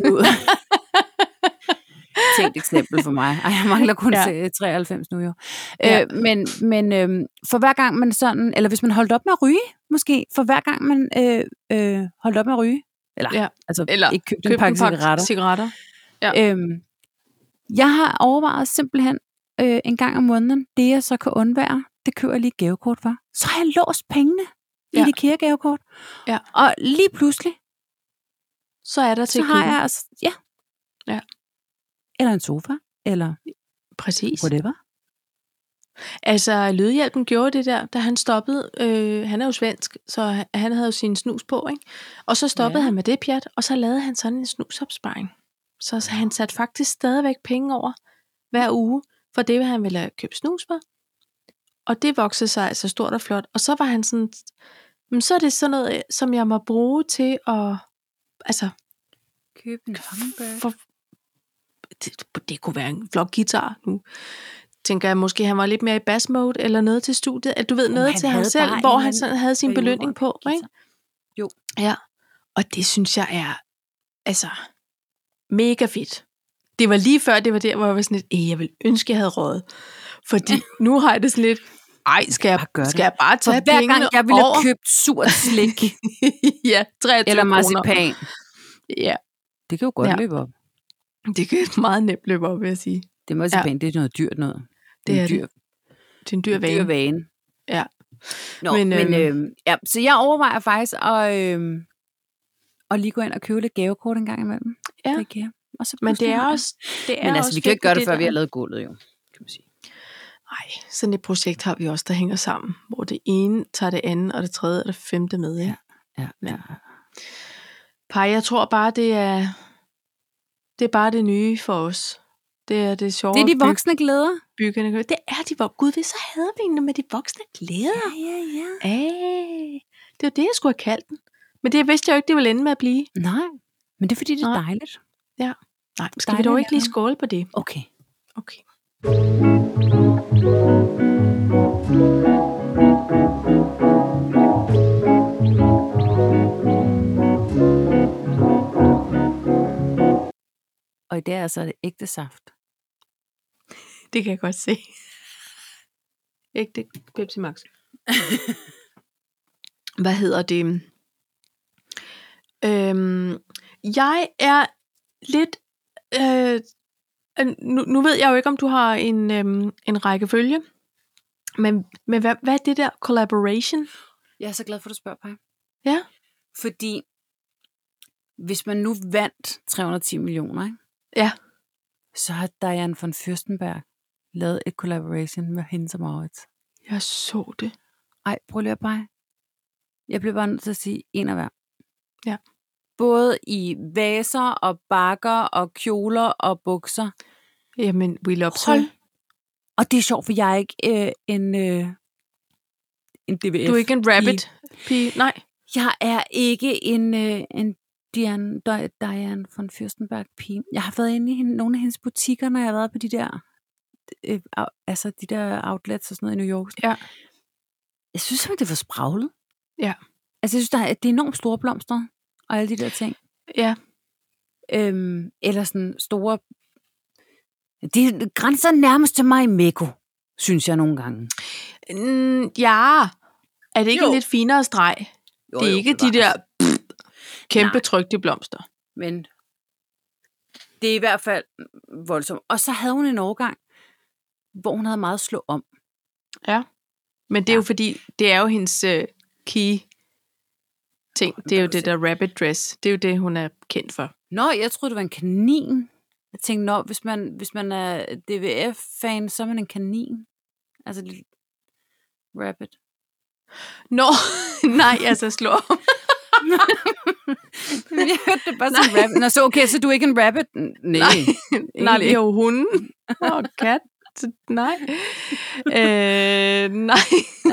Speaker 2: Tænkt eksempel for mig. Ej, jeg mangler kun ja. treoghalvfems nu jo. Ja. Øh, men men øh, for hver gang man sådan, eller hvis man holdt op med at ryge, måske, for hver gang man øh, øh, holdt op med at ryge, eller,
Speaker 1: ja.
Speaker 2: altså
Speaker 1: eller
Speaker 2: ikke købte en pakke cigaretter.
Speaker 1: cigaretter. Ja.
Speaker 2: Øhm, jeg har overvejet simpelthen øh, en gang om måneden, det jeg så kan undvære, det køber jeg lige et gavekort for. Så har jeg låst pengene i ja. det IKEA-gavekort.
Speaker 1: Ja.
Speaker 2: Og lige pludselig,
Speaker 1: så er der til
Speaker 2: så har jeg altså, ja.
Speaker 1: ja.
Speaker 2: Eller en sofa, eller
Speaker 1: præcis.
Speaker 2: whatever.
Speaker 1: Altså, Lydhjælpen gjorde det der, da han stoppede. Øh, han er jo svensk, så han havde jo sin snus på, ikke? Og så stoppede ja. han med det pjat, og så lavede han sådan en snusopsparing. Så, så han satte faktisk stadigvæk penge over hver uge, for det, han ville købe snus for. Og det voksede sig altså stort og flot. Og så var han sådan, men så er det sådan noget, som jeg må bruge til at, altså,
Speaker 2: købe en hummingbird.
Speaker 1: For, det, det kunne være en flot guitar nu. Tænker jeg, måske han var lidt mere i bass mode, eller noget til studiet. At du ved, noget til ham selv, hvor han sådan havde sin belønning på, ikke?
Speaker 2: Jo.
Speaker 1: Ja, og det synes jeg er, altså, mega fedt. Det var lige før, det var der, hvor jeg var sådan lidt, jeg ville ønske, jeg havde røget. Fordi nu har jeg det sådan lidt, Ej, skal jeg,
Speaker 2: gøre
Speaker 1: skal jeg bare tage
Speaker 2: For hver
Speaker 1: pengene
Speaker 2: gang jeg ville
Speaker 1: over?
Speaker 2: have købt surt slik
Speaker 1: ja, treogtyve
Speaker 2: eller
Speaker 1: kroner.
Speaker 2: marcipan,
Speaker 1: Ja,
Speaker 2: det kan jo godt
Speaker 1: Ja.
Speaker 2: løbe op.
Speaker 1: det kan meget nemt løbe op, vil jeg sige.
Speaker 2: Det marcipan, det er noget dyrt noget.
Speaker 1: Det er
Speaker 2: en dyr,
Speaker 1: det. Det er en dyr
Speaker 2: en
Speaker 1: vane.
Speaker 2: dyr vane.
Speaker 1: Ja.
Speaker 2: Nå,
Speaker 1: Men,
Speaker 2: men, men
Speaker 1: øhm,
Speaker 2: øhm, ja, så jeg overvejer faktisk at, øhm, at lige gå ind og købe lidt gavekort en gang imellem.
Speaker 1: Ja.
Speaker 2: Det kan jeg. Og så
Speaker 1: Men det
Speaker 2: pludselig
Speaker 1: er
Speaker 2: har jeg-
Speaker 1: også... Det er
Speaker 2: Men altså,
Speaker 1: også
Speaker 2: vi kan jo ikke
Speaker 1: fedt
Speaker 2: gøre
Speaker 1: med
Speaker 2: det, før vi
Speaker 1: der-
Speaker 2: har lavet gulvet, jo. Kan man sige.
Speaker 1: Ej, sådan et projekt har vi også, der hænger sammen, hvor det ene tager det andet, og det tredje og det femte med. Ikke?
Speaker 2: Ja, ja.
Speaker 1: Pej, jeg tror bare, det er, det er bare det nye for os. Det er det sjove.
Speaker 2: Det er de voksne glæder.
Speaker 1: byggende. Det er de voksne. Gud, vi så havde vi den med de voksne glæder.
Speaker 2: ja, ja.
Speaker 1: Ej, det var det, jeg skulle have kaldt den. Men det vidste jeg jo ikke, det ville ende med at blive.
Speaker 2: Nej, men det er fordi, det er
Speaker 1: Nej.
Speaker 2: dejligt.
Speaker 1: Nej, skal vi
Speaker 2: Dejligt
Speaker 1: dog
Speaker 2: at
Speaker 1: ikke lige
Speaker 2: lave.
Speaker 1: skåle på det?
Speaker 2: Okay.
Speaker 1: Okay.
Speaker 2: Og i dag er så det ægte saft.
Speaker 1: Det kan jeg godt se. Ægte Pepsi Max. Hvad hedder det? Øhm, jeg er lidt... Øh, nu, nu ved jeg jo ikke, om du har en, øhm, en rækkefølge, men, men hvad, hvad er det der collaboration?
Speaker 2: Jeg er så glad for, at du spørger, Paj.
Speaker 1: Ja.
Speaker 2: Fordi hvis man nu vandt tre hundrede og ti millioner, ikke?
Speaker 1: Ja.
Speaker 2: Så har Diane von Fürstenberg lavet et collaboration med hende som Maurits.
Speaker 1: Jeg så det.
Speaker 2: Ej, prøv lige at bare. Jeg bliver bare nødt til at sige en af hver.
Speaker 1: Ja.
Speaker 2: Både i vaser og bakker og kjoler og bukser.
Speaker 1: Jamen, we love
Speaker 2: Hold.
Speaker 1: her.
Speaker 2: Og det er sjovt, for jeg er ikke øh, en, øh, en D V F.
Speaker 1: Du er ikke en rabbit pige? Nej.
Speaker 2: Jeg er ikke en, øh, en Diane, Diane von Fürstenberg pige. Jeg har været inde i hende, nogle af hendes butikker, når jeg har været på de der, øh, altså de der outlets og sådan noget i New York.
Speaker 1: Ja.
Speaker 2: Jeg synes simpelthen, det var spraglet.
Speaker 1: Ja.
Speaker 2: Altså, jeg synes, der er, det er enormt store blomster og alle de der ting.
Speaker 1: Ja.
Speaker 2: Øhm, eller sådan store... Det grænser nærmest til mig i Mekko, synes jeg nogle gange.
Speaker 1: Mm, ja. Er det ikke
Speaker 2: Jo.
Speaker 1: en lidt finere streg?
Speaker 2: Jo,
Speaker 1: Det er
Speaker 2: jo,
Speaker 1: ikke de
Speaker 2: bevares.
Speaker 1: der pff, kæmpe
Speaker 2: Nej.
Speaker 1: trykte blomster.
Speaker 2: Men det er i hvert fald voldsomt. Og så havde hun en årgang, hvor hun havde meget at slå om.
Speaker 1: Ja. Men det er
Speaker 2: Ja.
Speaker 1: jo fordi, det er jo hendes uh, key ting. Det er jo
Speaker 2: kan du
Speaker 1: det
Speaker 2: se.
Speaker 1: der rabbit dress. Det er jo det, hun er kendt for.
Speaker 2: Nå, jeg troede, det var en kanin. Jeg tænkte, nå, hvis man, hvis man er D V F-fan, så er man en kanin. Altså lidt rabbit.
Speaker 1: Nå, nej, altså slå om.
Speaker 2: Jeg hørte det bare som rabbit. Nå, så okay, så du er ikke en rabbit? Nej,
Speaker 1: Nej, vi har jo hunden og kat. Så nej. Øh, nej.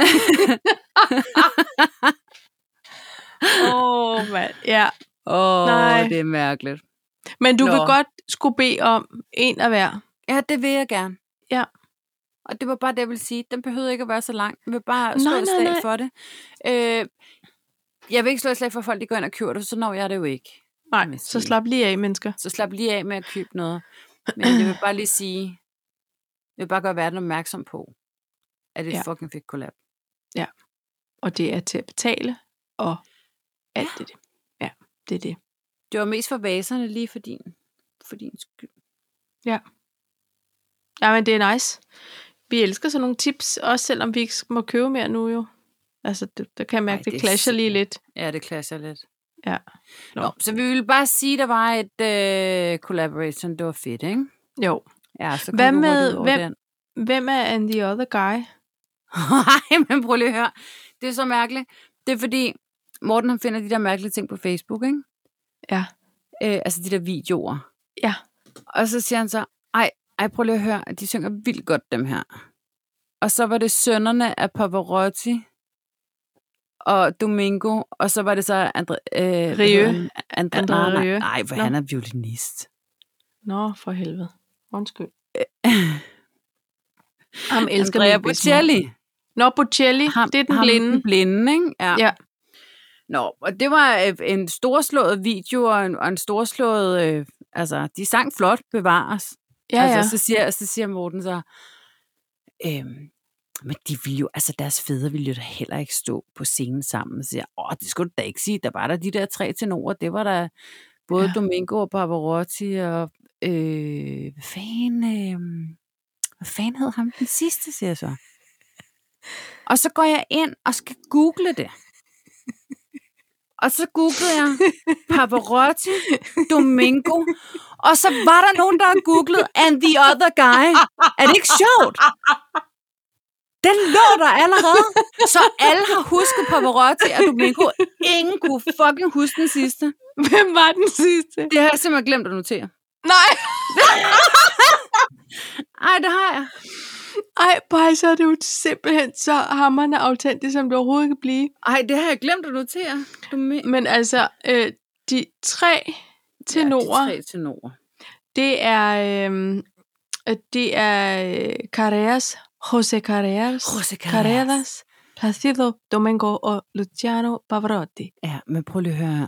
Speaker 1: Åh, oh, mand. Ja.
Speaker 2: Åh,
Speaker 1: Nej.
Speaker 2: det er mærkeligt.
Speaker 1: Men du
Speaker 2: Nå.
Speaker 1: vil godt skulle bede om en af hver.
Speaker 2: Ja, det vil jeg gerne.
Speaker 1: Ja.
Speaker 2: Og det var bare det, jeg ville sige. Den behøvede ikke at være så lang. Jeg vil bare slå
Speaker 1: Nej,
Speaker 2: et
Speaker 1: nej,
Speaker 2: slag
Speaker 1: nej.
Speaker 2: for det. Øh, jeg vil ikke slå et slag for, at folk de går ind og køber det, så når jeg det jo ikke.
Speaker 1: Nej,
Speaker 2: vil
Speaker 1: så
Speaker 2: sige.
Speaker 1: slap lige af, mennesker.
Speaker 2: Så slap lige af med at købe noget. Men jeg vil bare lige sige, jeg vil bare gøre verden opmærksom på, at det er
Speaker 1: Ja.
Speaker 2: fucking fedt collab.
Speaker 1: Og det er til at betale, og alt det. det. Ja, det er det.
Speaker 2: Det var mest for vaserne lige for din, for din skyld.
Speaker 1: Ja, men det er nice. Vi elsker sådan nogle tips, også selvom vi ikke må købe mere nu jo. Altså, det, der kan jeg mærke,
Speaker 2: Ej,
Speaker 1: det,
Speaker 2: det er
Speaker 1: clasher lige lidt.
Speaker 2: Ja, det clasher lidt.
Speaker 1: Ja. Nå.
Speaker 2: Nå, så vi ville bare sige, der var et øh, collaboration, det var fedt, ikke?
Speaker 1: Jo.
Speaker 2: Ja, så kom
Speaker 1: Hvad
Speaker 2: vi hurtigt
Speaker 1: med-
Speaker 2: ud over
Speaker 1: hvem-
Speaker 2: den.
Speaker 1: Hvem er and the other guy?
Speaker 2: Nej, men prøv lige at høre. Det er så mærkeligt. Det er fordi, Morten han finder de der mærkelige ting på Facebook, ikke?
Speaker 1: Ja.
Speaker 2: Øh, altså de der videoer.
Speaker 1: Ja.
Speaker 2: Og så siger han så, ej, ej, prøv lige at høre, de synger vildt godt, dem her. Og så var det sønnerne af Pavarotti og Domingo, og så var det så Andre, øh,
Speaker 1: Rieu.
Speaker 2: Andre,
Speaker 1: André
Speaker 2: Andre
Speaker 1: Rieu.
Speaker 2: Nej, for
Speaker 1: Nå.
Speaker 2: han er violinist.
Speaker 1: Nå, for helvede. Undskyld. Ham elsker
Speaker 2: Andrea
Speaker 1: min bedstemor.
Speaker 2: Bocelli.
Speaker 1: Nå, Bocelli,
Speaker 2: Ham,
Speaker 1: det er den
Speaker 2: ham,
Speaker 1: blinde.
Speaker 2: Den blinde, ikke? Ja.
Speaker 1: Ja.
Speaker 2: Nå, og det var øh, en storslået video, og en, og en storslået... Øh, altså, de sang flot, bevares.
Speaker 1: Ja,
Speaker 2: altså,
Speaker 1: ja.
Speaker 2: Så siger, så siger Morten så... Øh, Men de ville jo, altså deres fædre ville jo da heller ikke stå på scenen sammen og sige, åh, det skulle du da ikke sige, der var der de der tre tenorer, det var der både ja. Domingo og Pavarotti og, øh, hvad fanden, øh, hvad fanden hed ham den sidste, siger jeg så. Og så går jeg ind og skal google det. Og så googlede jeg Pavarotti, Domingo, og så var der nogen, der har googlet and the other guy. Er det ikke sjovt? Den lå der allerede. Så alle har husket Pavarotti og Domingo. Ingen kunne fucking huske den sidste.
Speaker 1: Hvem var den sidste?
Speaker 2: Det har jeg simpelthen glemt at notere.
Speaker 1: Nej!
Speaker 2: Ej, det har jeg.
Speaker 1: Ej, bare så er det jo simpelthen så hamrende autentisk, som det overhovedet kan blive.
Speaker 2: Ej, det har jeg glemt at notere. Du me-
Speaker 1: Men altså, øh, de tre tenorer,
Speaker 2: ja, de tre tenorer.
Speaker 1: det er, øh, det er øh, Carreras, José Carreras,
Speaker 2: José Carreras.
Speaker 1: Carreras, Placido Domingo og Luciano Pavarotti.
Speaker 2: Ja, men prøv lige at høre.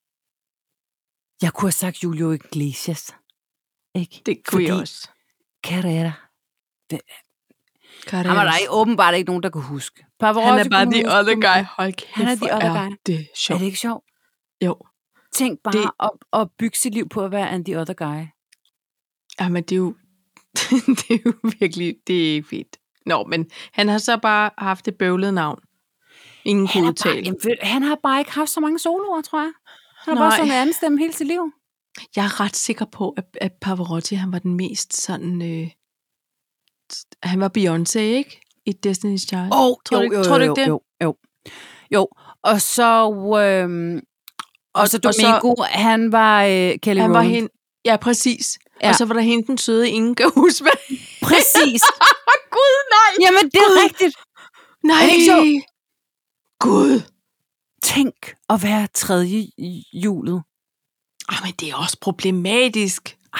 Speaker 2: Jeg kunne have sagt Julio Iglesias. Ikke?
Speaker 1: Det kunne
Speaker 2: Fordi
Speaker 1: jeg også.
Speaker 2: Carrera. Det,
Speaker 1: Carreras.
Speaker 2: han var der ikke, åbenbart ikke nogen, der kunne huske. Pavarotti
Speaker 1: Han er bare the other guy. Hold kæft,
Speaker 2: han er the other
Speaker 1: er
Speaker 2: guy.
Speaker 1: det sjovt.
Speaker 2: Er det ikke sjovt?
Speaker 1: Jo.
Speaker 2: Tænk bare
Speaker 1: det...
Speaker 2: at, at bygge sit liv på at være and the other guy.
Speaker 1: Jamen, det er jo, det er jo virkelig, det er ikke fint. Nå, men han har så bare haft et bøvlet navn. Ingen kunne udtale.
Speaker 2: Han har bare ikke haft så mange soloer, tror jeg. Han har
Speaker 1: Nej.
Speaker 2: bare sådan en anden stemme hele sit liv.
Speaker 1: Jeg er ret sikker på, at, at Pavarotti, han var den mest sådan... Øh, han var Beyoncé, ikke? I Destiny's Child.
Speaker 2: Åh, oh,
Speaker 1: tror
Speaker 2: jo,
Speaker 1: du,
Speaker 2: jo,
Speaker 1: tror du
Speaker 2: jo,
Speaker 1: ikke det?
Speaker 2: jo, jo, jo. Og så... Øhm, og, og så Domingo, og så, han var øh, Kelly
Speaker 1: han
Speaker 2: Rowland.
Speaker 1: Var hende, ja, præcis. Ja. Og så var der hende den søde, ingen kan huske, hvad.
Speaker 2: Præcis.
Speaker 1: Gud, nej.
Speaker 2: Jamen, det er
Speaker 1: Gud.
Speaker 2: rigtigt.
Speaker 1: Nej.
Speaker 2: Er det ikke så?
Speaker 1: Gud.
Speaker 2: Tænk at være tredje hjulet.
Speaker 1: Ah, men det er også problematisk.
Speaker 2: Ej.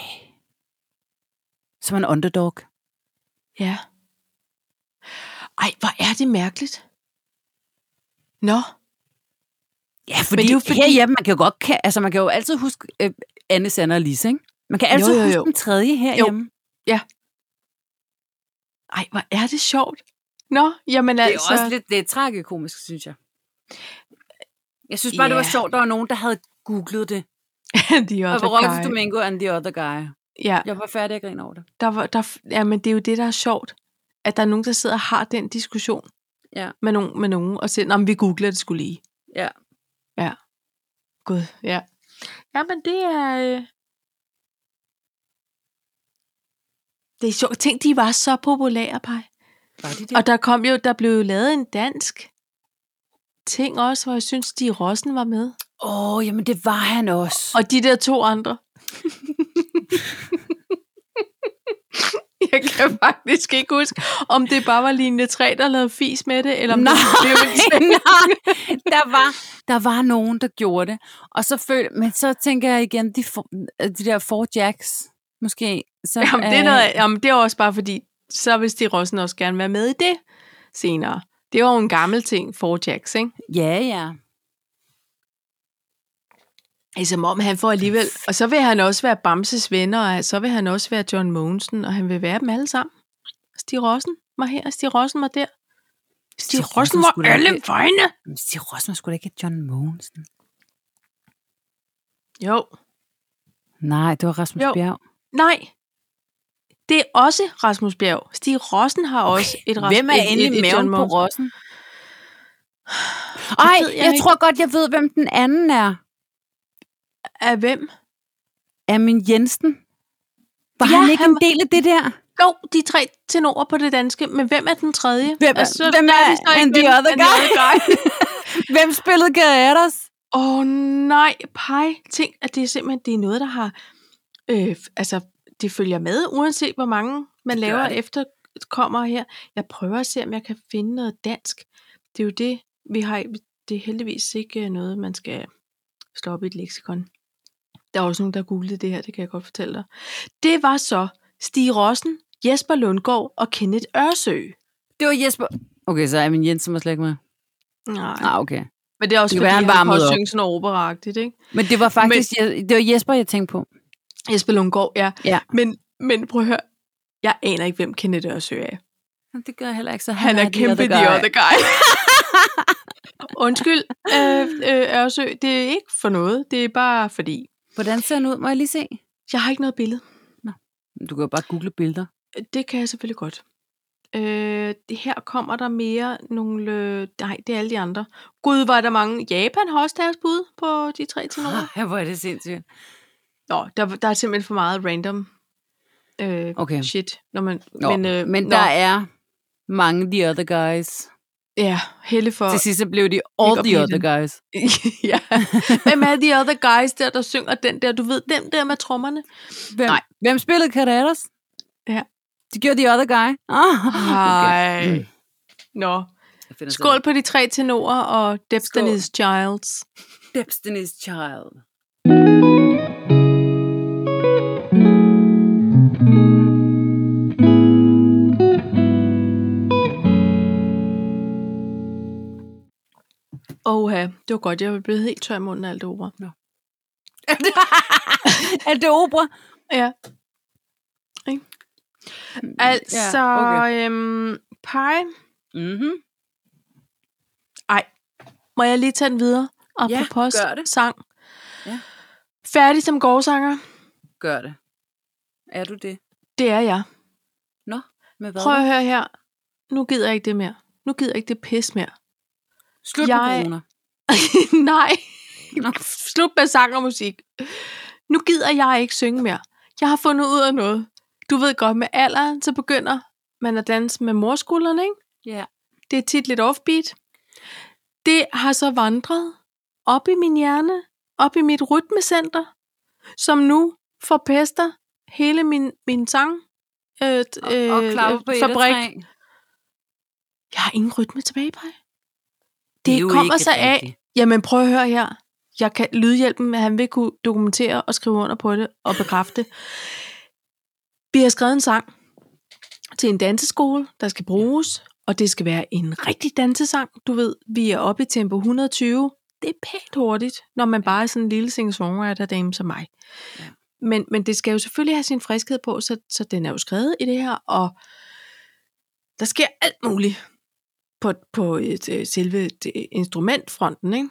Speaker 2: Som en underdog.
Speaker 1: Ja. Ej, hvor er det mærkeligt. Nå.
Speaker 2: Ja, fordi, det er jo fordi... herhjemme, man kan jo godt, altså man kan jo altid huske øh, Anne, Sanne og Lise, ikke? Man kan altid jo, jo, jo. huske den tredje herhjemme. Jo.
Speaker 1: Ja. Ej, hvor er det sjovt. Nå, jamen altså...
Speaker 2: Det er også lidt, det er tragikomisk, synes jeg. Jeg synes bare, yeah. det var sjovt, der var nogen, der havde googlet det.
Speaker 1: The other
Speaker 2: Pavarotti, Domingo and the other guy.
Speaker 1: Ja.
Speaker 2: Jeg var færdig at grine over det.
Speaker 1: Der var, der, ja, men det er jo det, der er sjovt. At der er nogen, der sidder og har den diskussion.
Speaker 2: Ja.
Speaker 1: Med nogen, med nogen og siger, om vi googler det skulle lige.
Speaker 2: Ja.
Speaker 1: Ja. Gud, ja. Jamen, det er... Øh... Det er sjovt. Tænk, de var så populære, Paj.
Speaker 2: Var de det?
Speaker 1: Og der kom jo, der blev jo lavet en dansk ting også, hvor jeg synes, Stig Rossen var med.
Speaker 2: Åh, oh, jamen det var han også.
Speaker 1: Og de der to andre. Jeg kan faktisk ikke huske, om det bare var linje tre, der lavede fis med det, eller om
Speaker 2: nej,
Speaker 1: det blev en
Speaker 2: nej. Der var, der var nogen, der gjorde det. Og så følte, men så tænker jeg igen, de, for, de der Four Jacks, måske. Så,
Speaker 1: jamen, det er noget, jamen, det er også bare fordi, så vil Stig Rossen også gerne være med i det senere. Det var jo en gammel ting, Four Jacks, ikke?
Speaker 2: Ja, ja.
Speaker 1: Som om han får alligevel... Og så vil han også være Bamses venner, og så vil han også være John Mogensen, og han vil være dem alle sammen. Stig Rossen var her, Stig Rossen var der. Stig, Stig Rossen var alle ikke... vegne.
Speaker 2: Stig Rossen var sgu da ikke John Mogensen.
Speaker 1: Jo.
Speaker 2: Nej, det var Rasmus jo. Bjerg.
Speaker 1: Nej. Det er også Rasmus Bjerg. Stig Rossen har okay. også et Rasmus...
Speaker 2: Hvem er endelig maven på Rossen? Ej, jeg, jeg, jeg tror godt, jeg ved, hvem den anden er.
Speaker 1: Af hvem?
Speaker 2: Af min Jensen. Var
Speaker 1: ja,
Speaker 2: han ikke han... en del af det der?
Speaker 1: Jo, de tre tenorer på det danske, men hvem er den tredje?
Speaker 2: Hvem er, altså, hvem er and the other guy? Hvem spillede Carreras?
Speaker 1: Åh oh, nej, Paj. Tænk, at det er simpelthen det er noget, der har... Øh, altså, det følger med, uanset hvor mange man laver efter kommer her. Jeg prøver at se, om jeg kan finde noget dansk. Det er jo det, vi har... Det er heldigvis ikke noget, man skal... slå op i et leksikon. Der er også nogen, der googlede det her, det kan jeg godt fortælle dig. Det var så Stig Rossen, Jesper Lundgaard og Kenneth Ørsø.
Speaker 2: Det var Jesper... Okay, så er min Jens, som er slet ikke med.
Speaker 1: Nej.
Speaker 2: Ah, okay.
Speaker 1: Men det er også det fordi, han, han kan synge sådan overberagtigt, ikke?
Speaker 2: Men det var faktisk... Men, det var Jesper, jeg tænkte på.
Speaker 1: Jesper Lundgaard, ja.
Speaker 2: ja.
Speaker 1: Men, men prøv at høre. Jeg aner ikke, hvem Kenneth Ørsø er.
Speaker 2: Det gør jeg heller ikke, så
Speaker 1: Han, han er, er kæmpe the other guy. guy. Undskyld, øh, øh, Ørsø, det er ikke for noget. Det er bare fordi...
Speaker 2: Hvordan ser han ud? Må jeg lige se?
Speaker 1: Jeg har ikke noget billede.
Speaker 2: Nå. Du kan jo bare google billeder.
Speaker 1: Det kan jeg selvfølgelig godt. Øh, det her kommer der mere nogle... Øh, nej, det er alle de andre. Gud, var der mange... Japan har også deres bud på de tre tenorer.
Speaker 2: Ja, hvor er det sindssygt.
Speaker 1: Nå, der, der er simpelthen for meget random øh, okay. shit. Når man,
Speaker 2: Nå, men øh, men der er mange the other guys.
Speaker 1: Ja, helle for...
Speaker 2: Til sidst så blev de all the other guys.
Speaker 1: Ja. Hvem er the other guys der, der synger den der? Du ved, dem der med trommerne?
Speaker 2: Hvem, Nej. Hvem spillede Carreras?
Speaker 1: Ja.
Speaker 2: De gjorde the other guy.
Speaker 1: Nej. Oh, okay. Nå. Skål på de tre tenorer og Destiny's Child.
Speaker 2: Destiny's Child.
Speaker 1: Åh, det var godt. Jeg var blevet helt tør i munden af alt det opera.
Speaker 2: No. Alt det opera?
Speaker 1: Ja. Okay. Altså, ja, okay. øhm, pie.
Speaker 2: Mhm.
Speaker 1: Ej, må jeg lige tage den videre?
Speaker 2: Apropos ja, gør det.
Speaker 1: Sang.
Speaker 2: Ja.
Speaker 1: Færdig som gårdsanger.
Speaker 2: Gør det. Er du det?
Speaker 1: Det er jeg.
Speaker 2: Nå, med hvad?
Speaker 1: Prøv at høre her. Nu gider jeg ikke det mere. Nu gider jeg ikke det pis mere.
Speaker 2: Slut jeg... på corona.
Speaker 1: Nej. Slut med sang og musik. Nu gider jeg ikke synge mere. Jeg har fundet ud af noget. Du ved godt, med alderen, så begynder man at danse med morskuldrene, ikke?
Speaker 2: Ja. Yeah.
Speaker 1: Det er tit lidt offbeat. Det har så vandret op i min hjerne, op i mit rytmecenter, som nu forpester hele min, min sang øh,
Speaker 2: og, og
Speaker 1: øh,
Speaker 2: på
Speaker 1: fabrik. Jeg har ingen rytme tilbage på. Det, det kommer så af. Rigtigt. Jamen prøv at høre her. Jeg kan lydhjælpen, han vil kunne dokumentere og skrive under på det og bekræfte. Vi har skrevet en sang til en danseskole, der skal bruges, og det skal være en rigtig dansesang. Du ved, vi er oppe i tempo et hundrede og tyve. Det er pænt hurtigt, når man bare er sådan en lille singer-songwriter-dame som mig. Ja. Men, men det skal jo selvfølgelig have sin friskhed på, så, så den er jo skrevet i det her, og der sker alt muligt på, på et, et, selve et instrumentfronten, ikke?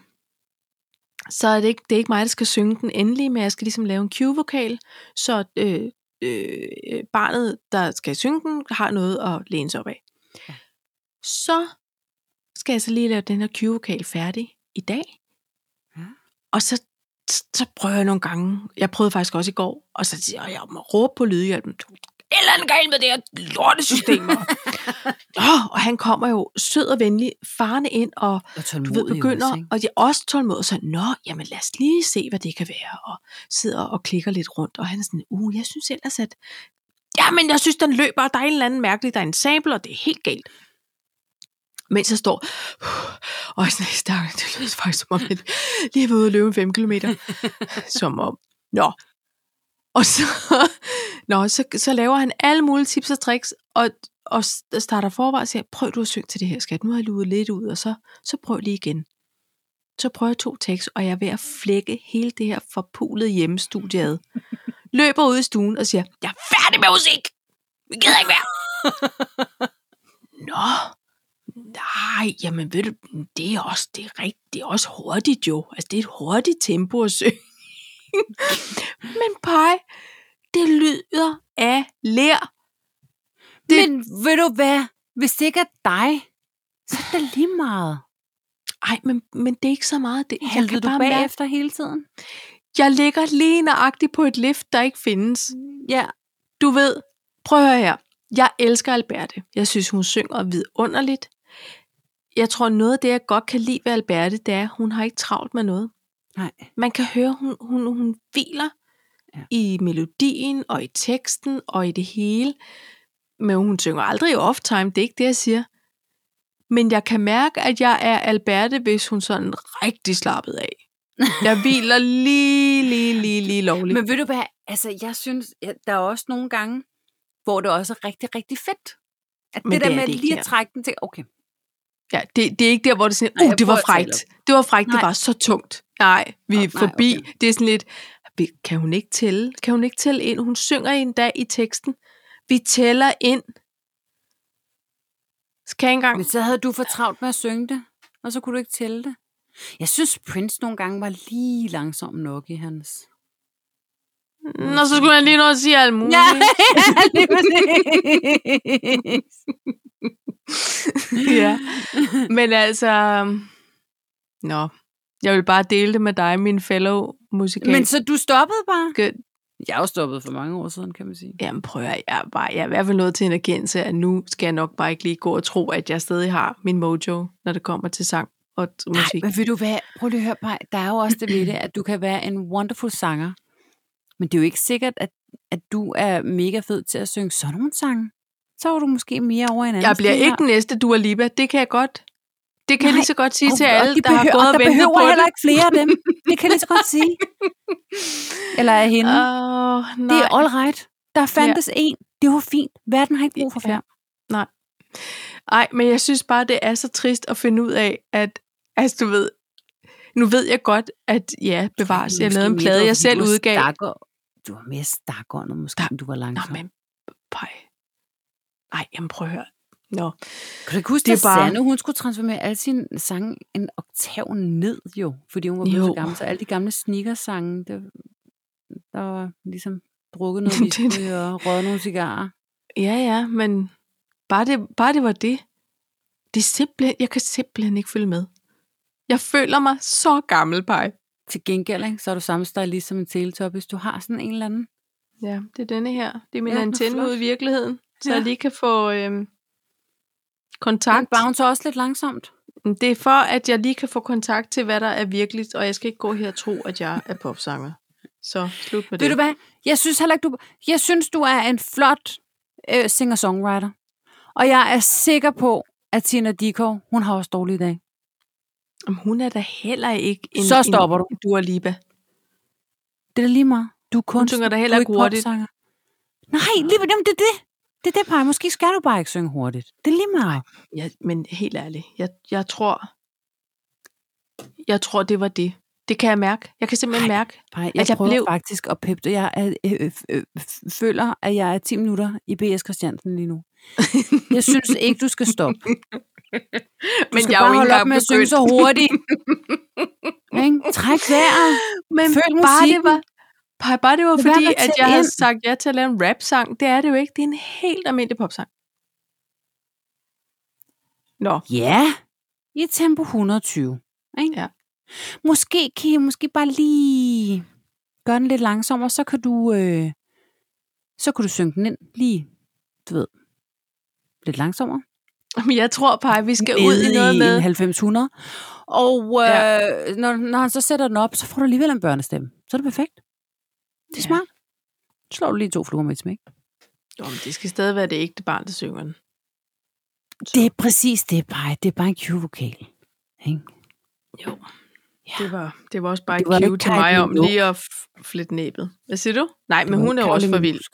Speaker 1: Så er det, ikke, det er ikke mig, der skal synge den endelige, men jeg skal ligesom lave en cue-vokal, så øh, øh, barnet, der skal synge den, har noget at læne sig op af. Ja. Så skal jeg så lige lave den her cue-vokal færdig i dag. Ja. Og så, så prøver jeg nogle gange, jeg prøvede faktisk også i går, og så siger jeg, jeg må råbe på lydhjælpen, eller andet galt med det her lortesystem. oh, og han kommer jo sød og venlig, farne ind, og, og du ved, begynder, også, og de er også tålmodige, og så, nå, jamen lad os lige se, hvad det kan være, og sidder og klikker lidt rundt, og han er sådan, uh, jeg synes ellers, at, jamen jeg synes, den løber, og der er en eller anden mærkelig, der er en sabel, og det er helt galt. Mens jeg står, uh, og sådan, stakker, det lyder faktisk som om, at lige var ude og løbe fem kilometer. Som om, nå. Og så, nå, så, så laver han alle mulige tips og tricks, og, og starter forvej og siger, prøv du at synge til det her, skat. Nu har jeg luet lidt ud, og så, så prøv lige igen. Så prøver jeg to tekst, og jeg er ved at flække hele det her forpulede hjemmestudiet. Løber ud i stuen og siger, jeg er færdig med musik! Vi gider ikke mere! Nå, nej, jamen ved du, det er også, det er rigtigt, det er også hurtigt jo. Altså, det er et hurtigt tempo at synge. Men pej, det lyder af lær.
Speaker 2: Det... Men ved du hvad, hvis det ikke er dig, så er det lige meget.
Speaker 1: Ej, men, men det er ikke så meget. Det,
Speaker 2: jeg kan du bare bagefter mærke... hele tiden?
Speaker 1: Jeg ligger lige nøjagtigt på et lift, der ikke findes.
Speaker 2: Ja.
Speaker 1: Du ved, prøv at høre her. Jeg elsker Alberte. Jeg synes, hun synger vidunderligt. Jeg tror, noget af det, jeg godt kan lide ved Alberte, det er, at hun har ikke travlt med noget.
Speaker 2: Nej.
Speaker 1: Man kan høre, hun, hun, hun hviler ja. i melodien, og i teksten, og i det hele. Men hun synger aldrig off-time, det er ikke det, jeg siger. Men jeg kan mærke, at jeg er Alberte, hvis hun sådan rigtig slappet af. Jeg hviler lige, lige, lige, lige lovligt.
Speaker 2: Men ved du hvad, altså jeg synes, der er også nogle gange, hvor det også er rigtig, rigtig fedt. At det, det der med det lige at trække den til, okay.
Speaker 1: Ja, det, det er ikke der, hvor det er sådan, uh, det var frækt. Det var frækt, det var så tungt. Nej, vi er oh, forbi. Nej, okay. Det er sådan lidt, kan hun ikke tælle? Kan hun ikke tælle ind? Hun synger en dag i teksten. Vi tæller ind. Så kan jeg ikke engang...
Speaker 2: Men så havde du for travlt med at synge det, og så kunne du ikke tælle det. Jeg synes, Prince nogle gange var lige langsom nok i hans...
Speaker 1: Nå, så skulle han lige nå at sige alt muligt.
Speaker 2: Ja, lige præcis.
Speaker 1: Ja, men altså... Nå, jeg vil bare dele det med dig, min fellow musikal.
Speaker 2: Men så du stoppede bare?
Speaker 1: Good.
Speaker 2: Jeg har jo stoppet for mange år siden, kan man sige.
Speaker 1: Jamen prøv at, jeg er, bare, jeg er i hvert fald nået til en erkendelse, at nu skal jeg nok bare ikke lige gå og tro, at jeg stadig har min mojo, når det kommer til sang og musik.
Speaker 2: Nej, men vil du være, prøv lige at høre, Paj, der er jo også det ved det, at du kan være en wonderful sanger, men det er jo ikke sikkert, at, at du er mega fed til at synge sådan nogle sange. Så er du måske mere over en anden.
Speaker 1: Jeg bliver
Speaker 2: stil
Speaker 1: ikke
Speaker 2: her.
Speaker 1: den næste Dua Lipa, det kan jeg godt. Det kan
Speaker 2: Nej,
Speaker 1: jeg lige så godt sige
Speaker 2: og,
Speaker 1: til
Speaker 2: og
Speaker 1: alle,
Speaker 2: de
Speaker 1: der har
Speaker 2: behøver,
Speaker 1: gået
Speaker 2: og
Speaker 1: og
Speaker 2: der
Speaker 1: ventet
Speaker 2: behøver
Speaker 1: på
Speaker 2: heller
Speaker 1: det.
Speaker 2: ikke flere af dem. Det kan jeg lige så godt sige. Eller af hende.
Speaker 1: Åh, nej.
Speaker 2: Det er all right. Der fandtes ja. en. Det var fint. Verden har ikke brug for flere.
Speaker 1: Ja. Nej. Ej, men jeg synes bare, det er så trist at finde ud af, at, altså du ved, nu ved jeg godt, at ja, bevares, jeg lavede en plade, jeg selv udgav.
Speaker 2: Stakker, du var mere stakåndet, måske, end du var langsom.
Speaker 1: Nå, men, pej. Ej, jamen prøv at høre. Nå.
Speaker 2: Kan du ikke huske, at bare... Sanne, hun skulle transformere alle sine sange en oktav ned, jo? Fordi hun var blevet så gammel, så alle de gamle sneakersange, der, der var ligesom drukket noget whisky og røget nogle cigarer.
Speaker 1: Ja, ja, men bare det, bare det var det. Det er simpelthen, jeg kan simpelthen ikke følge med. Jeg føler mig så gammel, Paj.
Speaker 2: Til gengæld, ikke? Så er du samme stylist som en teletop, hvis du har sådan en eller anden.
Speaker 1: Ja, det er denne her. Det er min
Speaker 2: ja,
Speaker 1: antenne ud i virkeligheden, så
Speaker 2: ja.
Speaker 1: jeg lige kan få øhm, kontakt.
Speaker 2: Den bouncer også lidt langsomt.
Speaker 1: Det er for, at jeg lige kan få kontakt til, hvad der er virkeligt, og jeg skal ikke gå her og tro, at jeg er popsanger. Så slut med det.
Speaker 2: Ved du hvad? Jeg synes heller ikke, du... Jeg synes, du er en flot øh, singer-songwriter. Og jeg er sikker på, at Tina Dickow, hun har også dårlige dage.
Speaker 1: Jamen, hun er da heller ikke en,
Speaker 2: så stopper
Speaker 1: en Dua Lipa.
Speaker 2: Det er da lige meget. Du er kunstner.
Speaker 1: Hun synger da heller ikke hurtigt.
Speaker 2: Nej, lige, jamen, det er det. Det er det, Paj. Måske skal du bare ikke synge hurtigt. Det er lige meget.
Speaker 1: Ja, men helt ærligt. Jeg, jeg tror, jeg tror, det var det. Det kan jeg mærke. Jeg kan simpelthen
Speaker 2: Ej,
Speaker 1: mærke,
Speaker 2: Paj, jeg
Speaker 1: at jeg
Speaker 2: prøver
Speaker 1: blev...
Speaker 2: faktisk at peppe. Jeg er, øh, øh, føler, at jeg er ti minutter i B S Christiansen lige nu. Jeg synes ikke, du skal stoppe. Du
Speaker 1: men
Speaker 2: skal
Speaker 1: jeg
Speaker 2: bare
Speaker 1: er jo
Speaker 2: holde op med at synge så hurtigt. Træk vejret.
Speaker 1: Men
Speaker 2: føl
Speaker 1: bare
Speaker 2: musikken.
Speaker 1: det var, bare, bare det var
Speaker 2: det
Speaker 1: fordi,
Speaker 2: var
Speaker 1: at jeg havde sagt ja til at lave en rap-sang. Det er det jo ikke. Det er en helt almindelig popsang. Nå.
Speaker 2: Ja, i tempo et hundrede og tyve. Ikke?
Speaker 1: Ja.
Speaker 2: Måske kan I måske bare lige gøre den lidt langsommere, så kan du øh, så kan du synge den ind lige, du ved, lidt langsommere.
Speaker 1: Men jeg tror bare, at vi skal ud i noget med
Speaker 2: halvfems hundrede. Og øh, ja. når, når han så sætter den op, så får du alligevel en børnestemme. Så er det perfekt. Det er ja. smart. Så slår du lige to fluer med et smæk.
Speaker 1: Jo, men det skal stadig være det ægte barn, der synger den.
Speaker 2: Så. Det er præcis det, bare. Det er bare en cue-vokal. Ikke?
Speaker 1: Jo. Ja. Det, var, det var også bare
Speaker 2: det
Speaker 1: et cue til mig om lige at f- flette næbet. Hvad siger du? Nej, men hun er jo også for vild.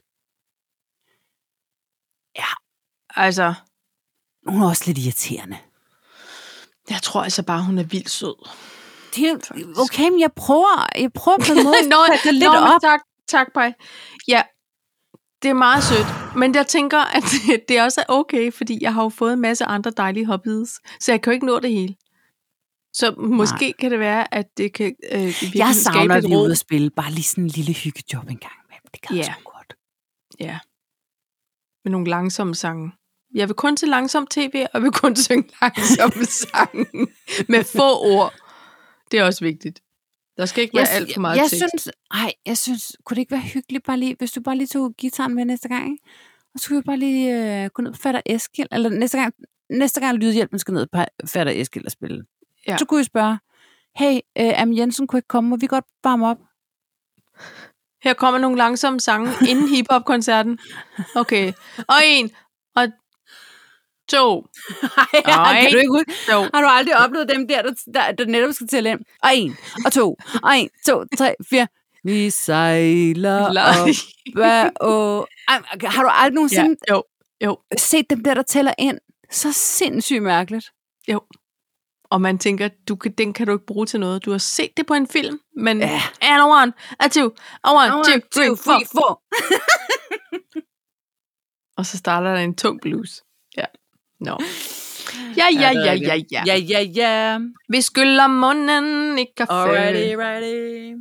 Speaker 1: Ja, altså...
Speaker 2: Hun er også lidt irriterende.
Speaker 1: Jeg tror altså bare, hun er vildt sød.
Speaker 2: Det er, okay, men jeg prøver, jeg prøver på en måde at
Speaker 1: nå,
Speaker 2: det lidt
Speaker 1: nå,
Speaker 2: op.
Speaker 1: Tak, tak, Paj. Ja, det er meget sødt. Men jeg tænker, at det også er okay, fordi jeg har jo fået en masse andre dejlige hobbies, så jeg kan jo ikke nå det hele. Så måske Nej. kan det være, at det kan øh, virkelig
Speaker 2: jeg savner
Speaker 1: skabe
Speaker 2: lige ud at spille bare lige sådan en lille hyggejob en gang. Det kan
Speaker 1: ja.
Speaker 2: så godt.
Speaker 1: Ja. Med nogle langsomme sange. Jeg vil kun til langsom tv, og jeg vil kun synge langsomme sange. Med få ord. Det er også vigtigt. Der skal ikke være jeg, alt for meget
Speaker 2: jeg, jeg
Speaker 1: tekst.
Speaker 2: Synes, ej, jeg synes, kunne det ikke være hyggeligt, bare lige, hvis du bare lige tog gitaren med næste gang, ikke? Og så skulle vi bare lige øh, gå ned på Fatter Eskild, eller næste gang, næste gang Lydhjælpen skal ned på Fatter Eskild og spille. Ja. Så kunne jeg spørge, hey, øh, Am Jensen kunne ikke komme, må vi godt varme op?
Speaker 1: Her kommer nogle langsomme sange inden hiphop-koncerten. Okay. Og en, og to.
Speaker 2: Ej, og kan en, du ikke ud? To. Har du aldrig oplevet dem der, der, der, der netop skal tælle ind? Og en, og to, og en, to, tre, fire. Vi sejler op. Og, har du aldrig nogensinde
Speaker 1: ja, jo, jo.
Speaker 2: set dem der, der tæller ind? Så sindssygt mærkeligt.
Speaker 1: Jo. Og man tænker, du kan, den kan du ikke bruge til noget. Du har set det på en film, men...
Speaker 2: Ja.
Speaker 1: And a one, a two, a one, one two, three, four.
Speaker 2: four.
Speaker 1: Og så starter der en tung blues. Ja. Nå. Ja, ja, ja, ja, ja.
Speaker 2: Ja, ja, ja.
Speaker 1: Vi skyller munden i kaffe.
Speaker 2: Alrighty, righty.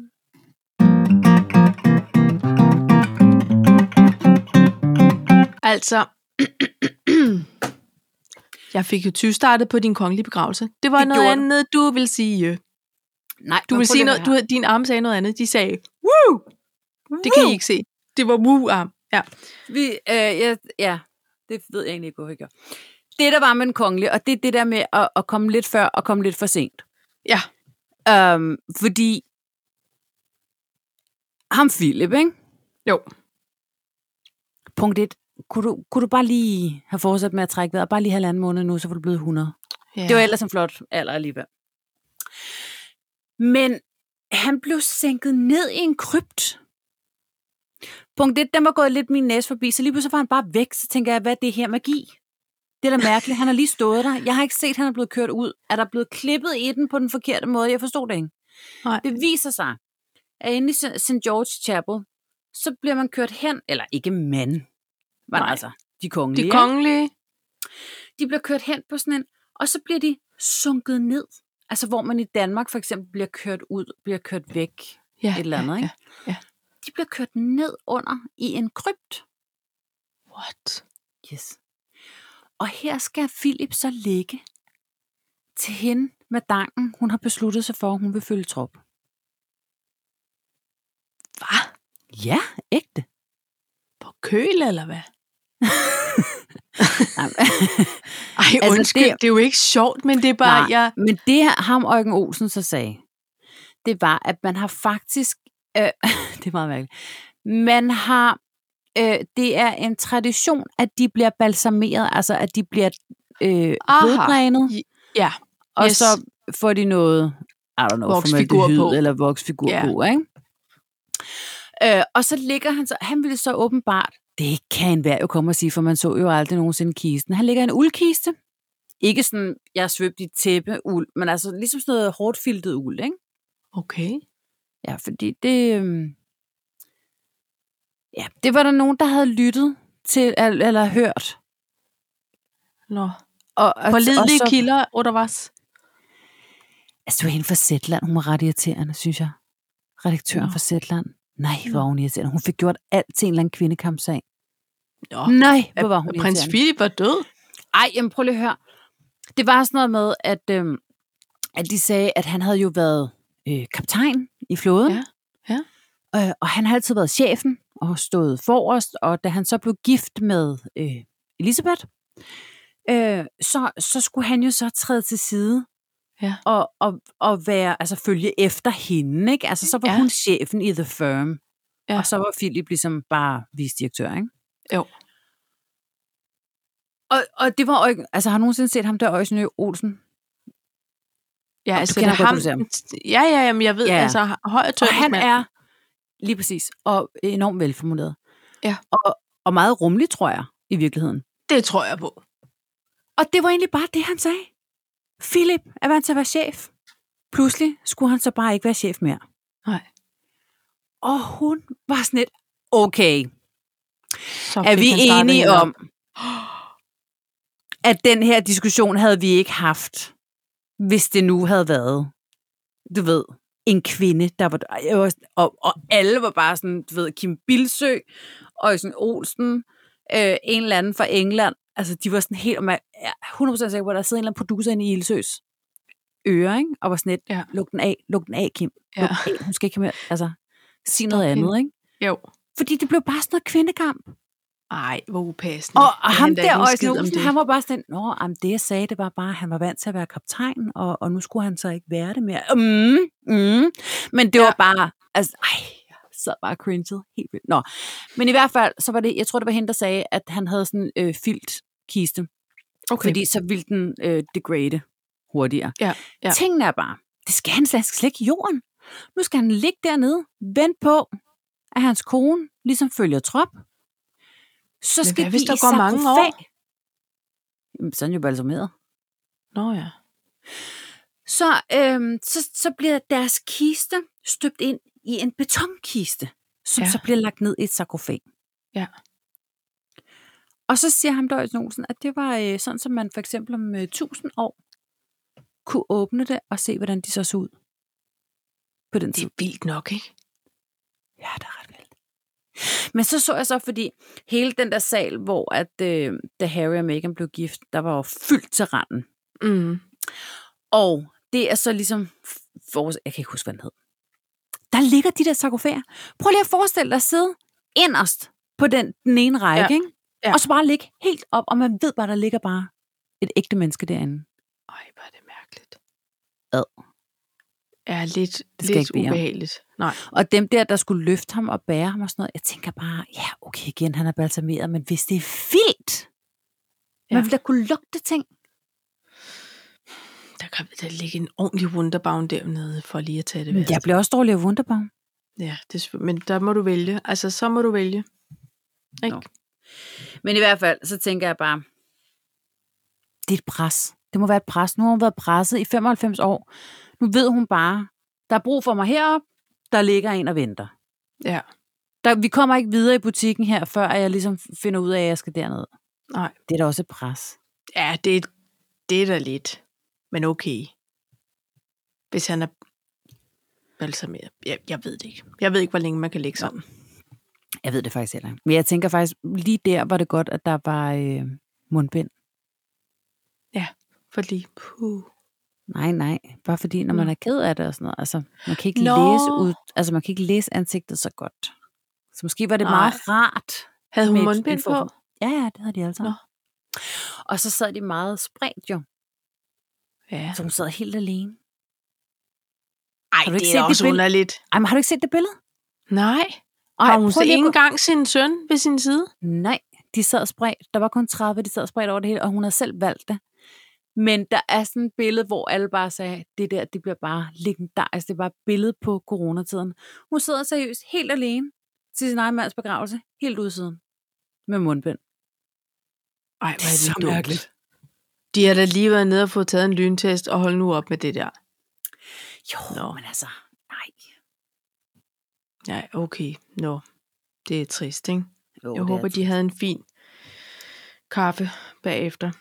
Speaker 1: Altså, jeg fik jo tyve-startet på din kongelige begravelse. Det var
Speaker 2: Det
Speaker 1: noget
Speaker 2: gjorde du.
Speaker 1: andet, du vil sige.
Speaker 2: Nej,
Speaker 1: Du
Speaker 2: men
Speaker 1: vil
Speaker 2: prøv
Speaker 1: sige
Speaker 2: lige
Speaker 1: noget,
Speaker 2: at
Speaker 1: du,
Speaker 2: høre
Speaker 1: din arm sagde noget andet. De sagde, woo! Det kan I ikke se. Det var woo-arm. Ja.
Speaker 2: her. Vi, øh, ja, ja, det ved jeg egentlig ikke, hvorfor jeg gør. Det, der var med den kongelige, og det er det der med at, at komme lidt før og komme lidt for sent.
Speaker 1: Ja.
Speaker 2: Um, fordi ham Philip, ikke?
Speaker 1: Jo.
Speaker 2: Punkt et. Kunne du, kunne du bare lige have fortsat med at trække vejret? Bare lige halvanden måned nu, så var du blevet hundrede.
Speaker 1: Ja.
Speaker 2: Det var ellers en flot alder alligevel. Men han blev sænket ned i en krypt. Punkt et, den var gået lidt min næse forbi, så lige pludselig var han bare væk. Så tænker jeg, hvad er det her magi? Det er da mærkeligt. Han har lige stået der. Jeg har ikke set, at han er blevet kørt ud. Er der blevet klippet i den på den forkerte måde? Jeg forstod det ikke.
Speaker 1: Nej.
Speaker 2: Det viser sig, at inde i Saint George's Chapel, så bliver man kørt hen, eller ikke mand, men
Speaker 1: Nej.
Speaker 2: altså de kongelige.
Speaker 1: De kongelige.
Speaker 2: De bliver kørt hen på sådan en, og så bliver de sunket ned. Altså hvor man i Danmark for eksempel bliver kørt ud, bliver kørt væk,
Speaker 1: Ja,
Speaker 2: et eller andet,
Speaker 1: ja,
Speaker 2: ikke?
Speaker 1: Ja, ja.
Speaker 2: De bliver kørt ned under i en krypt.
Speaker 1: What?
Speaker 2: Yes. Og her skal Philip så ligge til hende med danken. Hun har besluttet sig for, at hun vil følge trop.
Speaker 1: Hvad?
Speaker 2: Ja, ægte.
Speaker 1: På køl, eller hvad?
Speaker 2: Ej,
Speaker 1: altså, undskyld, det, det er jo ikke sjovt, men det er bare,
Speaker 2: nej,
Speaker 1: jeg...
Speaker 2: Men det ham Eugen Olsen så sagde, det var, at man har faktisk, øh, det er meget mærkeligt, man har, øh, det er en tradition, at de bliver balsameret, altså at de bliver øh, bloddrænet,
Speaker 1: ja,
Speaker 2: og
Speaker 1: yes.
Speaker 2: så får de noget, I don't know,
Speaker 1: voksfigur på,
Speaker 2: eller voksfigur yeah. på, ikke? Øh, og så ligger han så, han ville så åbenbart, det kan enhver jo komme og sige, for man så jo aldrig nogensinde kisten. Han ligger i en uldkiste. Ikke sådan, jeg er svøbt i tæppe uld, men altså ligesom sådan noget hårdt filtet uld, ikke?
Speaker 1: Okay.
Speaker 2: Ja, fordi det, øhm, ja, det var der nogen, der havde lyttet til, eller, eller hørt.
Speaker 1: Nå.
Speaker 2: Og, og,
Speaker 1: Pålidelige
Speaker 2: og så,
Speaker 1: kilder, oder was?
Speaker 2: Altså, det var hende fra Zetland, hun var ret irriterende, synes jeg. Redaktøren
Speaker 1: Nå.
Speaker 2: fra Zetland. Nej, hvor var hun irriterende. Hun fik gjort alt til en eller anden kvindekampsag.
Speaker 1: Nå.
Speaker 2: Nej, hvor var hun irriterende.
Speaker 1: Prins Philip var død?
Speaker 2: Ej, jamen prøv lige at høre. Det var sådan noget med, at, øhm, at de sagde, at han havde jo været øh, kaptajn i flåden.
Speaker 1: Ja, ja.
Speaker 2: Øh, og han har altid været chefen og stået forrest. Og da han så blev gift med øh, Elisabeth, øh, så, så skulle han jo så træde til side.
Speaker 1: Ja.
Speaker 2: Og, og, og være, altså følge efter hende, ikke? Altså så var ja. hun chefen i The Firm. Ja. Og så var Philip ligesom bare vicedirektør, ikke?
Speaker 1: Jo.
Speaker 2: Og, og det var, altså har du nogensinde set ham der, Øjsen Olsen?
Speaker 1: Ja,
Speaker 2: og
Speaker 1: altså det ham. Ja, ja, jamen jeg ved, ja. altså høj og tynd.
Speaker 2: Og han er, lige præcis, og enormt velformuleret.
Speaker 1: Ja.
Speaker 2: Og, og meget rummelig, tror jeg, i virkeligheden.
Speaker 1: Det tror jeg på.
Speaker 2: Og det var egentlig bare det, han sagde. Philip er vant til at være chef. Pludselig skulle han så bare ikke være chef mere.
Speaker 1: Nej.
Speaker 2: Og hun var sådan lidt, okay,
Speaker 1: så
Speaker 2: er vi enige om, at den her diskussion havde vi ikke haft, hvis det nu havde været, du ved, en kvinde, der var, og, og alle var bare sådan, du ved, Kim Bildsø, Øjsen Olsen, øh, en eller anden fra England, altså de var sådan helt, og man er hundrede procent sikker på, at der sidder en eller anden producer inde i Ildsøs øre, ikke? Og var sådan lidt, ja. luk den af, luk den af, Kim. Luk ja. af, hun skal ikke mere, altså, sige noget okay. andet, ikke?
Speaker 1: Jo.
Speaker 2: Fordi det blev bare sådan noget kvindekamp.
Speaker 1: Ej, hvor upassende.
Speaker 2: Og, og ham der, Øjsen Olsen, han var bare sådan, nå, jamen, det jeg sagde, det var bare, han var vant til at være kaptajn, og, og nu skulle han så ikke være det mere. Mm, mm. Men det ja. var bare, altså, ej, jeg sad bare cringed, helt vildt. Nå, men i hvert fald, så var det, jeg tror, det var hende, der sagde, at han havde sådan øh, filt kiste, okay. fordi så ville den øh, degrade hurtigere. Ja, ja. Tingene er bare, det skal han slet ikke i jorden. Nu skal han ligge dernede, vente på, at hans kone ligesom følger trop. Så skal
Speaker 1: hvad, hvis der går mange år?
Speaker 2: Jamen, så er han jo balsameret.
Speaker 1: Nå ja.
Speaker 2: Så, øhm, så, så bliver deres kiste støbt ind i en betonkiste, som ja. så bliver lagt ned i et sarkofag.
Speaker 1: Ja.
Speaker 2: Og så siger ham Døjs Olsen, at det var øh, sådan, som man for eksempel om øh, tusind år kunne åbne det og se, hvordan de så så ud på den tid.
Speaker 1: Det er vildt nok, ikke?
Speaker 2: Ja, det er ret vildt. Men så så jeg så, fordi hele den der sal, hvor at, øh, da Harry og Meghan blev gift, der var jo fyldt til randen.
Speaker 1: Mm.
Speaker 2: Og det er så ligesom, for, jeg kan ikke huske, hvad den hed. Der ligger de der sarkofager. Prøv lige at forestille dig at sidde inderst på den, den ene række, ja. Ikke? Ja. Og så bare ligge helt op, og man ved bare, der ligger bare et ægte menneske derinde.
Speaker 1: Ej, hvor er det mærkeligt.
Speaker 2: Ad.
Speaker 1: Er lidt, lidt ubehageligt. Nej.
Speaker 2: Og dem der, der skulle løfte ham og bære ham og sådan noget, jeg tænker bare, ja, okay, igen, han er balsameret, men hvis det er vildt, ja. Man vil da kunne lugte ting.
Speaker 1: Der kan da ligge en ordentlig Wunderbaum dernede, for lige at tage det ved.
Speaker 2: Jeg bliver også dårlig af Wunderbaum.
Speaker 1: Ja, det, men der må du vælge. Altså, så må du vælge. Ikke?
Speaker 2: Nå. Men i hvert fald, så tænker jeg bare, det er et pres. Det må være et pres. Nu har hun været presset i femoghalvfems år. Nu ved hun bare, der er brug for mig heroppe, der ligger en og venter.
Speaker 1: Ja.
Speaker 2: Der, vi kommer ikke videre i butikken her, før jeg ligesom finder ud af, at jeg skal derned.
Speaker 1: Nej.
Speaker 2: Det er da også et pres.
Speaker 1: Ja, det er, det er da lidt. Men okay. Hvis han er balsameret. Jeg, jeg ved det ikke. Jeg ved ikke, hvor længe man kan ligge sammen.
Speaker 2: Jeg ved det faktisk heller ikke. Men jeg tænker faktisk, lige der var det godt, at der var øh, mundbind.
Speaker 1: Ja, fordi... Puh.
Speaker 2: Nej, nej. Bare fordi, når man er ked af det og sådan noget. Altså, man kan ikke
Speaker 1: Nå.
Speaker 2: læse ud, altså, man kan ikke læse ansigtet så godt. Så måske var det nej. Meget rart.
Speaker 1: Havde hun mundbind på?
Speaker 2: Ja, ja, det havde de alle sammen. Og så sad de meget spredt jo.
Speaker 1: Ja.
Speaker 2: Så hun sad helt alene.
Speaker 1: Ej, det er også underligt.
Speaker 2: Ej, men har du ikke set det billede?
Speaker 1: Nej. Har hun så ikke engang sin søn ved sin side?
Speaker 2: Nej, de sad spredt. Der var kun tredive, de sad spredt over det hele, og hun havde selv valgt det. Men der er sådan et billede, hvor alle bare sagde, det der, det bliver bare legendarisk. Det er bare et billede på coronatiden. Hun sidder seriøst helt alene til sin egen mands begravelse, helt udsiden, med mundbind.
Speaker 1: Ej, hvor er det mærkeligt. De har da lige været nede og fået taget en lyntest, og hold nu op med det der.
Speaker 2: Jo, Nå. men altså, nej.
Speaker 1: Ja, okay. Nå, det er trist, ikke?
Speaker 2: Jo,
Speaker 1: jeg håber, de havde en fin kaffe bagefter.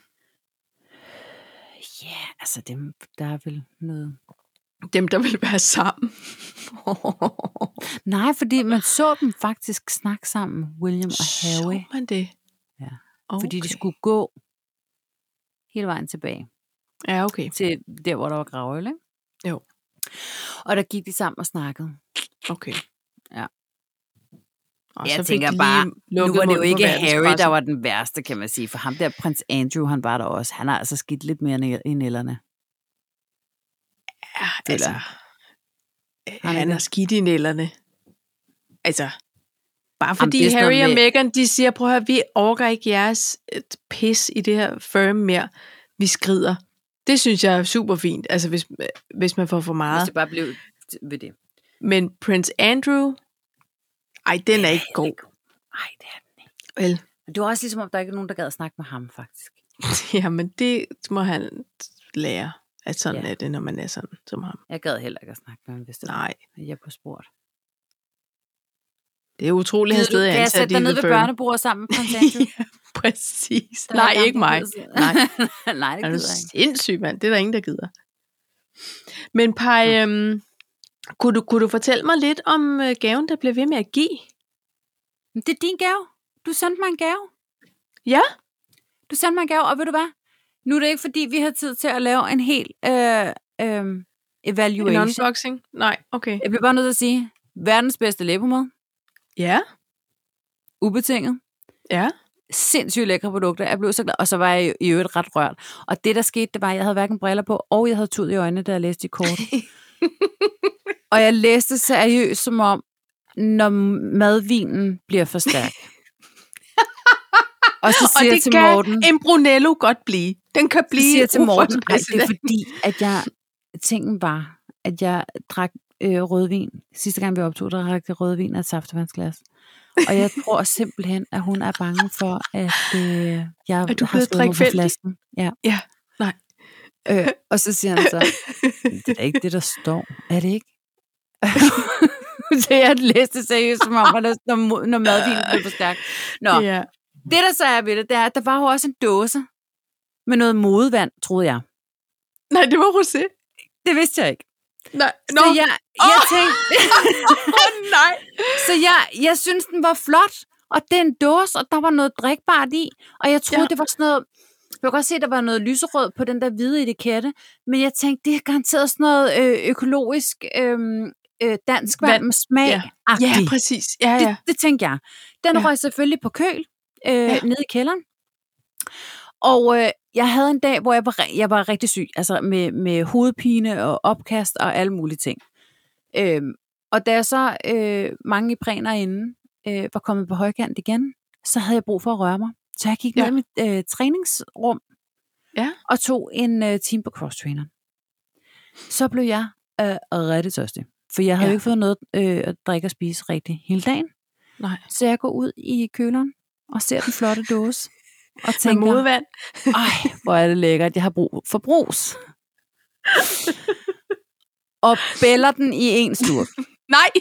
Speaker 2: Ja, yeah, altså dem, der er vel noget...
Speaker 1: Dem, der vil være sammen.
Speaker 2: Nej, fordi man så dem faktisk snakke sammen, William og Harry.
Speaker 1: Så man det?
Speaker 2: Ja, okay. Fordi de skulle gå hele vejen tilbage.
Speaker 1: Ja, okay.
Speaker 2: Til der, hvor der var gravøl, ikke?
Speaker 1: Jo.
Speaker 2: Og der gik de sammen og snakkede.
Speaker 1: Okay.
Speaker 2: Ja.
Speaker 1: Og
Speaker 2: jeg
Speaker 1: så
Speaker 2: tænker bare, nu var det jo ikke Harry, der var den værste, kan man sige. For ham der, prins Andrew, han var der også. Han har altså skidt lidt mere i nælderne.
Speaker 1: Ja, altså. Han, han har skidt i nælderne. Altså. Bare fordi Jamen, Harry og med... Meghan, de siger, prøv at høre, vi overgår ikke jeres pis i det her firm mere. Vi skrider. Det synes jeg er super fint. Altså, hvis, hvis man får for meget.
Speaker 2: Hvis det bare blev ved det.
Speaker 1: Men Prince Andrew... Ej, den er ikke god.
Speaker 2: Nej, det er den ikke.
Speaker 1: Vel.
Speaker 2: Det var også ligesom, om der ikke er nogen, der gad at snakke med ham, faktisk.
Speaker 1: Jamen, det må han lære, at sådan ja. Er det, når man er sådan som ham.
Speaker 2: Jeg gad heller ikke at snakke med ham, hvis det
Speaker 1: Nej.
Speaker 2: var. Jeg er på sport.
Speaker 1: Det er utroligt, at han stadig
Speaker 2: er ansat i
Speaker 1: Kan jeg sætte dig
Speaker 2: ned ved børnebordet sammen med Prince Andrew?
Speaker 1: Ja, præcis. Der Nej, ikke mig. Nej,
Speaker 2: Nej det gider jeg ikke.
Speaker 1: Sindssygt, mand. Det er der ingen, der gider. Men Paj, ja. øhm, kunne, du, kunne du fortælle mig lidt om øh, gaven, der blev ved med at give?
Speaker 2: Det er din gave. Du sendte mig en gave.
Speaker 1: Ja.
Speaker 2: Du sendte mig en gave, og ved du hvad? Nu er det ikke, fordi vi har tid til at lave en hel øh, øh, evaluation.
Speaker 1: En unboxing? Nej, okay.
Speaker 2: Jeg bliver bare nødt til at sige, verdens bedste læbemad.
Speaker 1: Ja.
Speaker 2: Ubetinget.
Speaker 1: Ja.
Speaker 2: Sindssygt lækre produkter. Jeg blev så glad. Og så var jeg i øvrigt ret rørt. Og det, der skete, det var, at jeg havde hverken briller på, og jeg havde tud i øjnene, da jeg læste i kort. Og jeg læste seriøst som om, når madvinen bliver for stærk. Og så siger
Speaker 1: og
Speaker 2: jeg til Morten...
Speaker 1: Og det kan en Brunello godt blive. Den kan blive...
Speaker 2: Så siger jeg til Morten, at det er fordi, at jeg... Tingen var, at jeg drak øh, rødvin. Sidste gang vi optog, der drak jeg rødvin af et saftevandsglas. Og jeg tror simpelthen, at hun er bange for, at øh, jeg
Speaker 1: at du
Speaker 2: har stået på flasken. Ja.
Speaker 1: Ja, nej.
Speaker 2: Øh, og så siger han så, det er ikke det, der står. Er det ikke? Så jeg læste seriøst som om, at når, når madvinen blev for stærk. Nå,
Speaker 1: ja.
Speaker 2: Det, der så er ved det, det er, at der var jo også en dåse med noget modevand, troede jeg.
Speaker 1: Nej, det var rosé.
Speaker 2: Det vidste jeg ikke.
Speaker 1: Nej,
Speaker 2: Så
Speaker 1: no.
Speaker 2: jeg, jeg
Speaker 1: oh!
Speaker 2: tænkte...
Speaker 1: oh, nej.
Speaker 2: Så jeg, jeg synes, den var flot, og det er en dåse, og der var noget drikbart i, og jeg troede, ja. det var sådan noget... Jeg kan godt se, at der var noget lyserød på den der hvide etikette, men jeg tænkte, det er garanteret sådan noget øh, økologisk øh, øh, dansk vand med smag.
Speaker 1: Ja. ja, præcis. Ja, ja.
Speaker 2: Det, det tænkte jeg. Den
Speaker 1: ja.
Speaker 2: røg selvfølgelig på køl øh, ja. nede i kælderen. Og øh, jeg havde en dag, hvor jeg var, jeg var rigtig syg, altså med, med hovedpine og opkast og alle mulige ting. Øh, og da jeg så øh, mange ipræner inden øh, var kommet på højkant igen, så havde jeg brug for at røre mig. Så jeg gik ned ja. i mit øh, træningsrum
Speaker 1: ja.
Speaker 2: og tog en øh, time på cross-trainer. Så blev jeg øh, rigtig tørstig, for jeg havde ja. jo ikke fået noget øh, at drikke og spise rigtig hele dagen.
Speaker 1: Nej.
Speaker 2: Så jeg går ud i køleren og ser den flotte dåse og tænker,
Speaker 1: med modevand.
Speaker 2: Ej, hvor er det lækkert, jeg har brug for brus. Og bæller den i en slurk.
Speaker 1: Nej!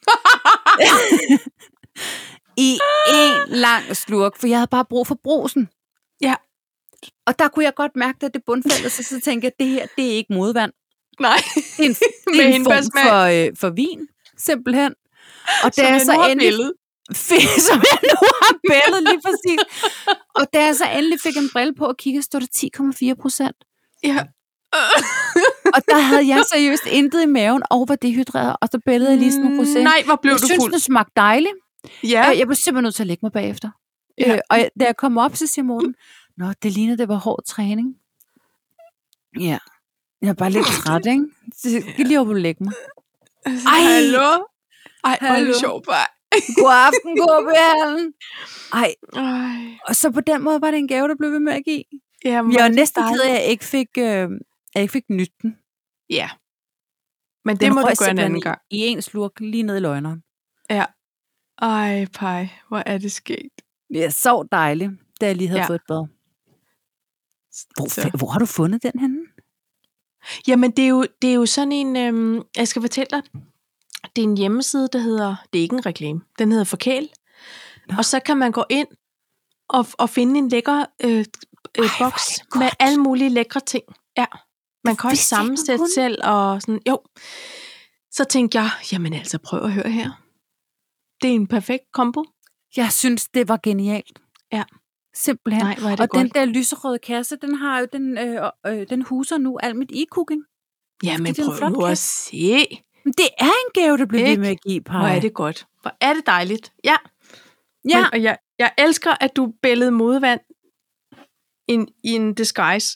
Speaker 2: I en lang slurk, for jeg havde bare brug for brusen.
Speaker 1: Ja.
Speaker 2: Og der kunne jeg godt mærke, at det bundfældet, så, så tænkte jeg, at det her, det er ikke modevand.
Speaker 1: Nej.
Speaker 2: Det er en, det er en form for, øh, for vin, simpelthen. Og
Speaker 1: som
Speaker 2: det er
Speaker 1: jeg
Speaker 2: så
Speaker 1: nu har
Speaker 2: endelig,
Speaker 1: billedet.
Speaker 2: Som jeg nu har billedet, lige præcis. Og da jeg så endelig fik en brille på og kiggede, stod der ti komma fire procent.
Speaker 1: Ja.
Speaker 2: Og der havde jeg seriøst intet i maven og var dehydreret, og så billede jeg lige sådan en rosé.
Speaker 1: Nej, hvor blev
Speaker 2: jeg
Speaker 1: du
Speaker 2: synes,
Speaker 1: fuld?
Speaker 2: den smagte dejligt.
Speaker 1: Ja.
Speaker 2: Jeg blev simpelthen nødt til at lægge mig bagefter. Ja. Øh, og jeg, da jeg kom op, så siger Morten, nå, det ligner, det var hård træning. Ja. Jeg er bare lidt træt, ikke? Så jeg skal lige op og lægge mig.
Speaker 1: Ej, hallo? Ej, hvor er det sjovt, bare.
Speaker 2: God aften, K B Hallen. Ej.
Speaker 1: Ej.
Speaker 2: Og så på den måde var det en gave, der blev ved med at give.
Speaker 1: Jamen,
Speaker 2: jeg var næsten ked af, at jeg ikke fik, øh, jeg ikke fik nyt den.
Speaker 1: Ja. Men det den må du gøre en anden gang.
Speaker 2: I en slurk lige ned i løgneren.
Speaker 1: Ja. Ej, pej, hvor er det sket.
Speaker 2: Det er så dejligt, da jeg lige havde ja. fået et bad. Hvor, hvor har du fundet den henne?
Speaker 1: Jamen, det er jo, det er jo sådan en, øhm, jeg skal fortælle dig, det er en hjemmeside, der hedder, det er ikke en reklame, den hedder Forkæl. Nå. Og så kan man gå ind og, og finde en lækker øh, øh, Ej, boks med alle mulige lækre ting. Ja, man kan også sammensætte selv og sådan, jo. Så tænkte jeg, jamen altså, prøv at høre her. Det er en perfekt kombo.
Speaker 2: Jeg synes, det var genialt.
Speaker 1: Ja.
Speaker 2: Simpelthen.
Speaker 1: Nej, hvor er det
Speaker 2: og
Speaker 1: godt.
Speaker 2: den der lyserøde kasse, den har jo den, øh, øh, den huser nu alt mit e-cooking.
Speaker 1: Jamen prøv nu at se.
Speaker 2: Det er en gave, der bliver ved med at give, Paj.
Speaker 1: Hvor er det godt. Hvor er det dejligt. Ja.
Speaker 2: Ja.
Speaker 1: Men, og jeg, jeg elsker, at du bælgede modevand in, in disguise.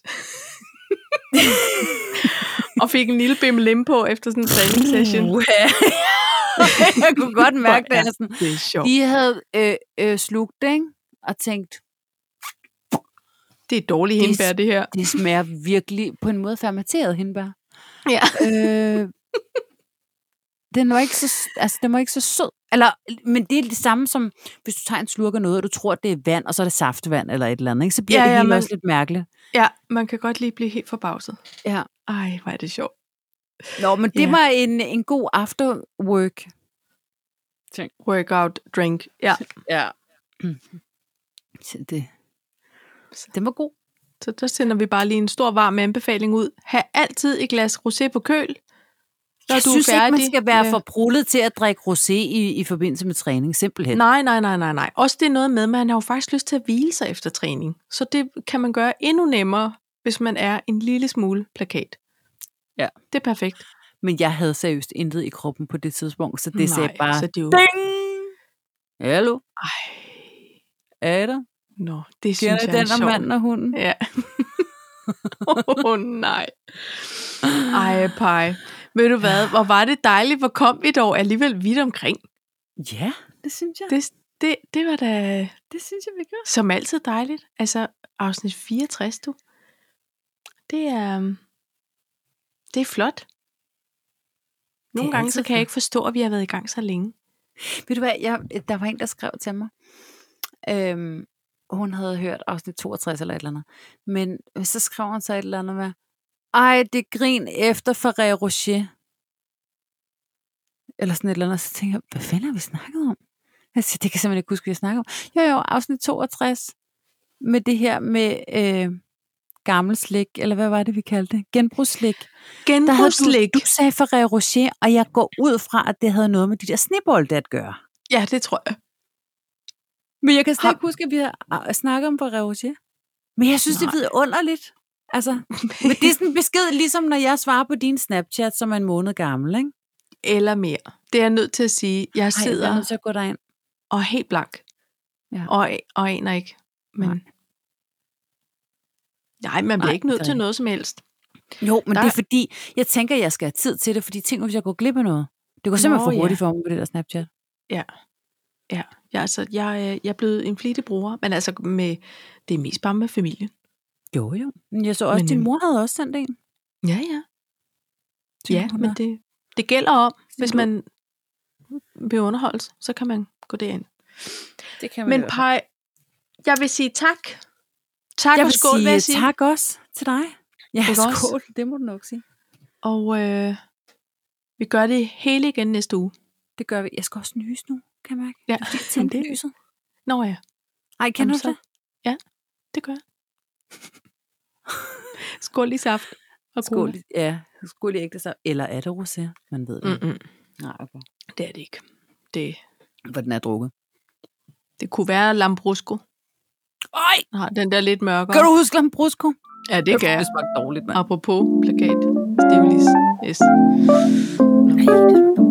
Speaker 1: Og fik en lille bimmelim på efter sådan en træningssession.
Speaker 2: Uh, jeg kunne godt mærke det. Sådan.
Speaker 1: Det er sjovt.
Speaker 2: De havde øh, øh, slugt det, ikke? Og tænkt,
Speaker 1: det er dårligt hindbær, det her.
Speaker 2: Det smager virkelig på en måde fermenteret hindbær.
Speaker 1: Ja.
Speaker 2: Øh, den var ikke så, altså den var ikke så sød. Eller, men det er det samme som, hvis du tager en slurk af noget, og du tror, det er vand, og så er det saftvand eller et eller andet, ikke? Så bliver
Speaker 1: ja,
Speaker 2: det
Speaker 1: ja,
Speaker 2: hele
Speaker 1: man,
Speaker 2: også lidt mærkeligt.
Speaker 1: Ja, man kan godt lige blive helt forbavset.
Speaker 2: Ja.
Speaker 1: Ej, hvor er det sjovt.
Speaker 2: Nå, men det ja. var en, en god afterwork.
Speaker 1: Workout drink. Ja.
Speaker 2: Ja. Så det, det var god.
Speaker 1: Så der sender vi bare lige en stor varm anbefaling ud. Ha' altid et glas rosé på køl.
Speaker 2: Jeg du synes ikke, man skal være for prullet til at drikke rosé i, i forbindelse med træning, simpelthen.
Speaker 1: Nej, nej, nej, nej, nej. Også det er noget med, at man har jo faktisk lyst til at hvile sig efter træning. Så det kan man gøre endnu nemmere, hvis man er en lille smule plakat.
Speaker 2: Ja.
Speaker 1: Det er perfekt.
Speaker 2: Men jeg havde seriøst intet i kroppen på det tidspunkt, så det nej, sagde bare,
Speaker 1: så det jo...
Speaker 2: ding! Hallo?
Speaker 1: Ej.
Speaker 2: Er der?
Speaker 1: Nå, det synes jeg er sjovt.
Speaker 2: Den og manden og hunden.
Speaker 1: Ja. Åh, oh, nej. Ej, Paj. Ved du hvad, hvor var det dejligt, hvor kom vi dog alligevel vidt omkring.
Speaker 2: Ja, det synes jeg.
Speaker 1: Det, det, det var da...
Speaker 2: Det synes jeg, vi gør.
Speaker 1: Som altid dejligt. Altså, afsnit fireogtres, du. Det er... Det er flot. Nogle gange, så kan jeg ikke forstå, at vi har været i gang så længe.
Speaker 2: Ved du hvad, jeg, der var en, der skrev til mig. Øhm, hun havde hørt afsnit toogtres eller et eller andet. Men så skrev hun så et eller andet med, ej, det grin efter Ferrero Rocher. Eller sådan et eller andet. Så tænkte jeg, hvad fanden har vi snakket om? Jeg siger, det kan jeg simpelthen ikke huske, hvad jeg snakker om. Jo, jo, afsnit toogtres. Med det her med øh, gammel slik, eller hvad var det, vi kaldte det? Genbrugsslik.
Speaker 1: Genbrugsslik.
Speaker 2: Du, du sagde Ferrero Rocher, og jeg går ud fra, at det havde noget med de der snebolde at gøre.
Speaker 1: Ja, det tror jeg.
Speaker 2: Men jeg kan slet ikke huske, at vi har snakket om Ferrero Rocher. Men jeg synes, Nej. det er vidunderligt. Altså, men det er sådan en besked, ligesom når jeg svarer på din Snapchat, som er en måned gammel, ikke?
Speaker 1: Eller mere. Det er jeg nødt til at sige. Jeg sidder
Speaker 2: Ej, jeg er nødt til at gå derind.
Speaker 1: Og er helt blank.
Speaker 2: Ja.
Speaker 1: Og, og aner ikke. Men Nej, Nej man bliver Nej, ikke nødt til noget som helst.
Speaker 2: Jo, men der... det er fordi, jeg tænker, jeg skal have tid til det, fordi tænk, hvis jeg går glip af noget. Det går simpelthen Nå, for hurtigt ja. for mig på det der Snapchat.
Speaker 1: Ja. Ja, jeg, altså, jeg, jeg er blevet en flittig bruger, men altså med, det er mest bare med familien.
Speaker 2: Jo, jo. Men jeg så også, men, din mor havde også sendt en.
Speaker 1: Ja, ja. Ja, men det, det gælder om, hvis man vil underholdes, så kan man gå derind.
Speaker 2: Det kan man
Speaker 1: men Paj, jeg vil sige tak. Tak
Speaker 2: jeg
Speaker 1: og skål,
Speaker 2: sige,
Speaker 1: vil jeg sige.
Speaker 2: Tak også til dig. Ja, skål. Også. Det må du nok sige.
Speaker 1: Og øh, vi gør det hele igen næste uge.
Speaker 2: Det gør vi. Jeg skal også nyse nu, kan jeg mærke.
Speaker 1: Ja,
Speaker 2: jeg tænde det. Lyset.
Speaker 1: Nå ja.
Speaker 2: Ej, kan du det?
Speaker 1: Ja, det gør jeg. Skål i saft. Og
Speaker 2: skål, ja, skål i ægte saft. Eller er det rosé? Man ved det.
Speaker 1: Mm-mm.
Speaker 2: Nej, okay.
Speaker 1: Det er det ikke. Det,
Speaker 2: Hvor den er drukket.
Speaker 1: Det kunne være Lambrusco.
Speaker 2: Ej!
Speaker 1: Har den der lidt mørkere.
Speaker 2: Kan du huske Lambrusco?
Speaker 1: Ja, det kan jeg.
Speaker 2: Det smagte dårligt, mand.
Speaker 1: Apropos plakat. Stivilis. Yes.
Speaker 2: Ej, det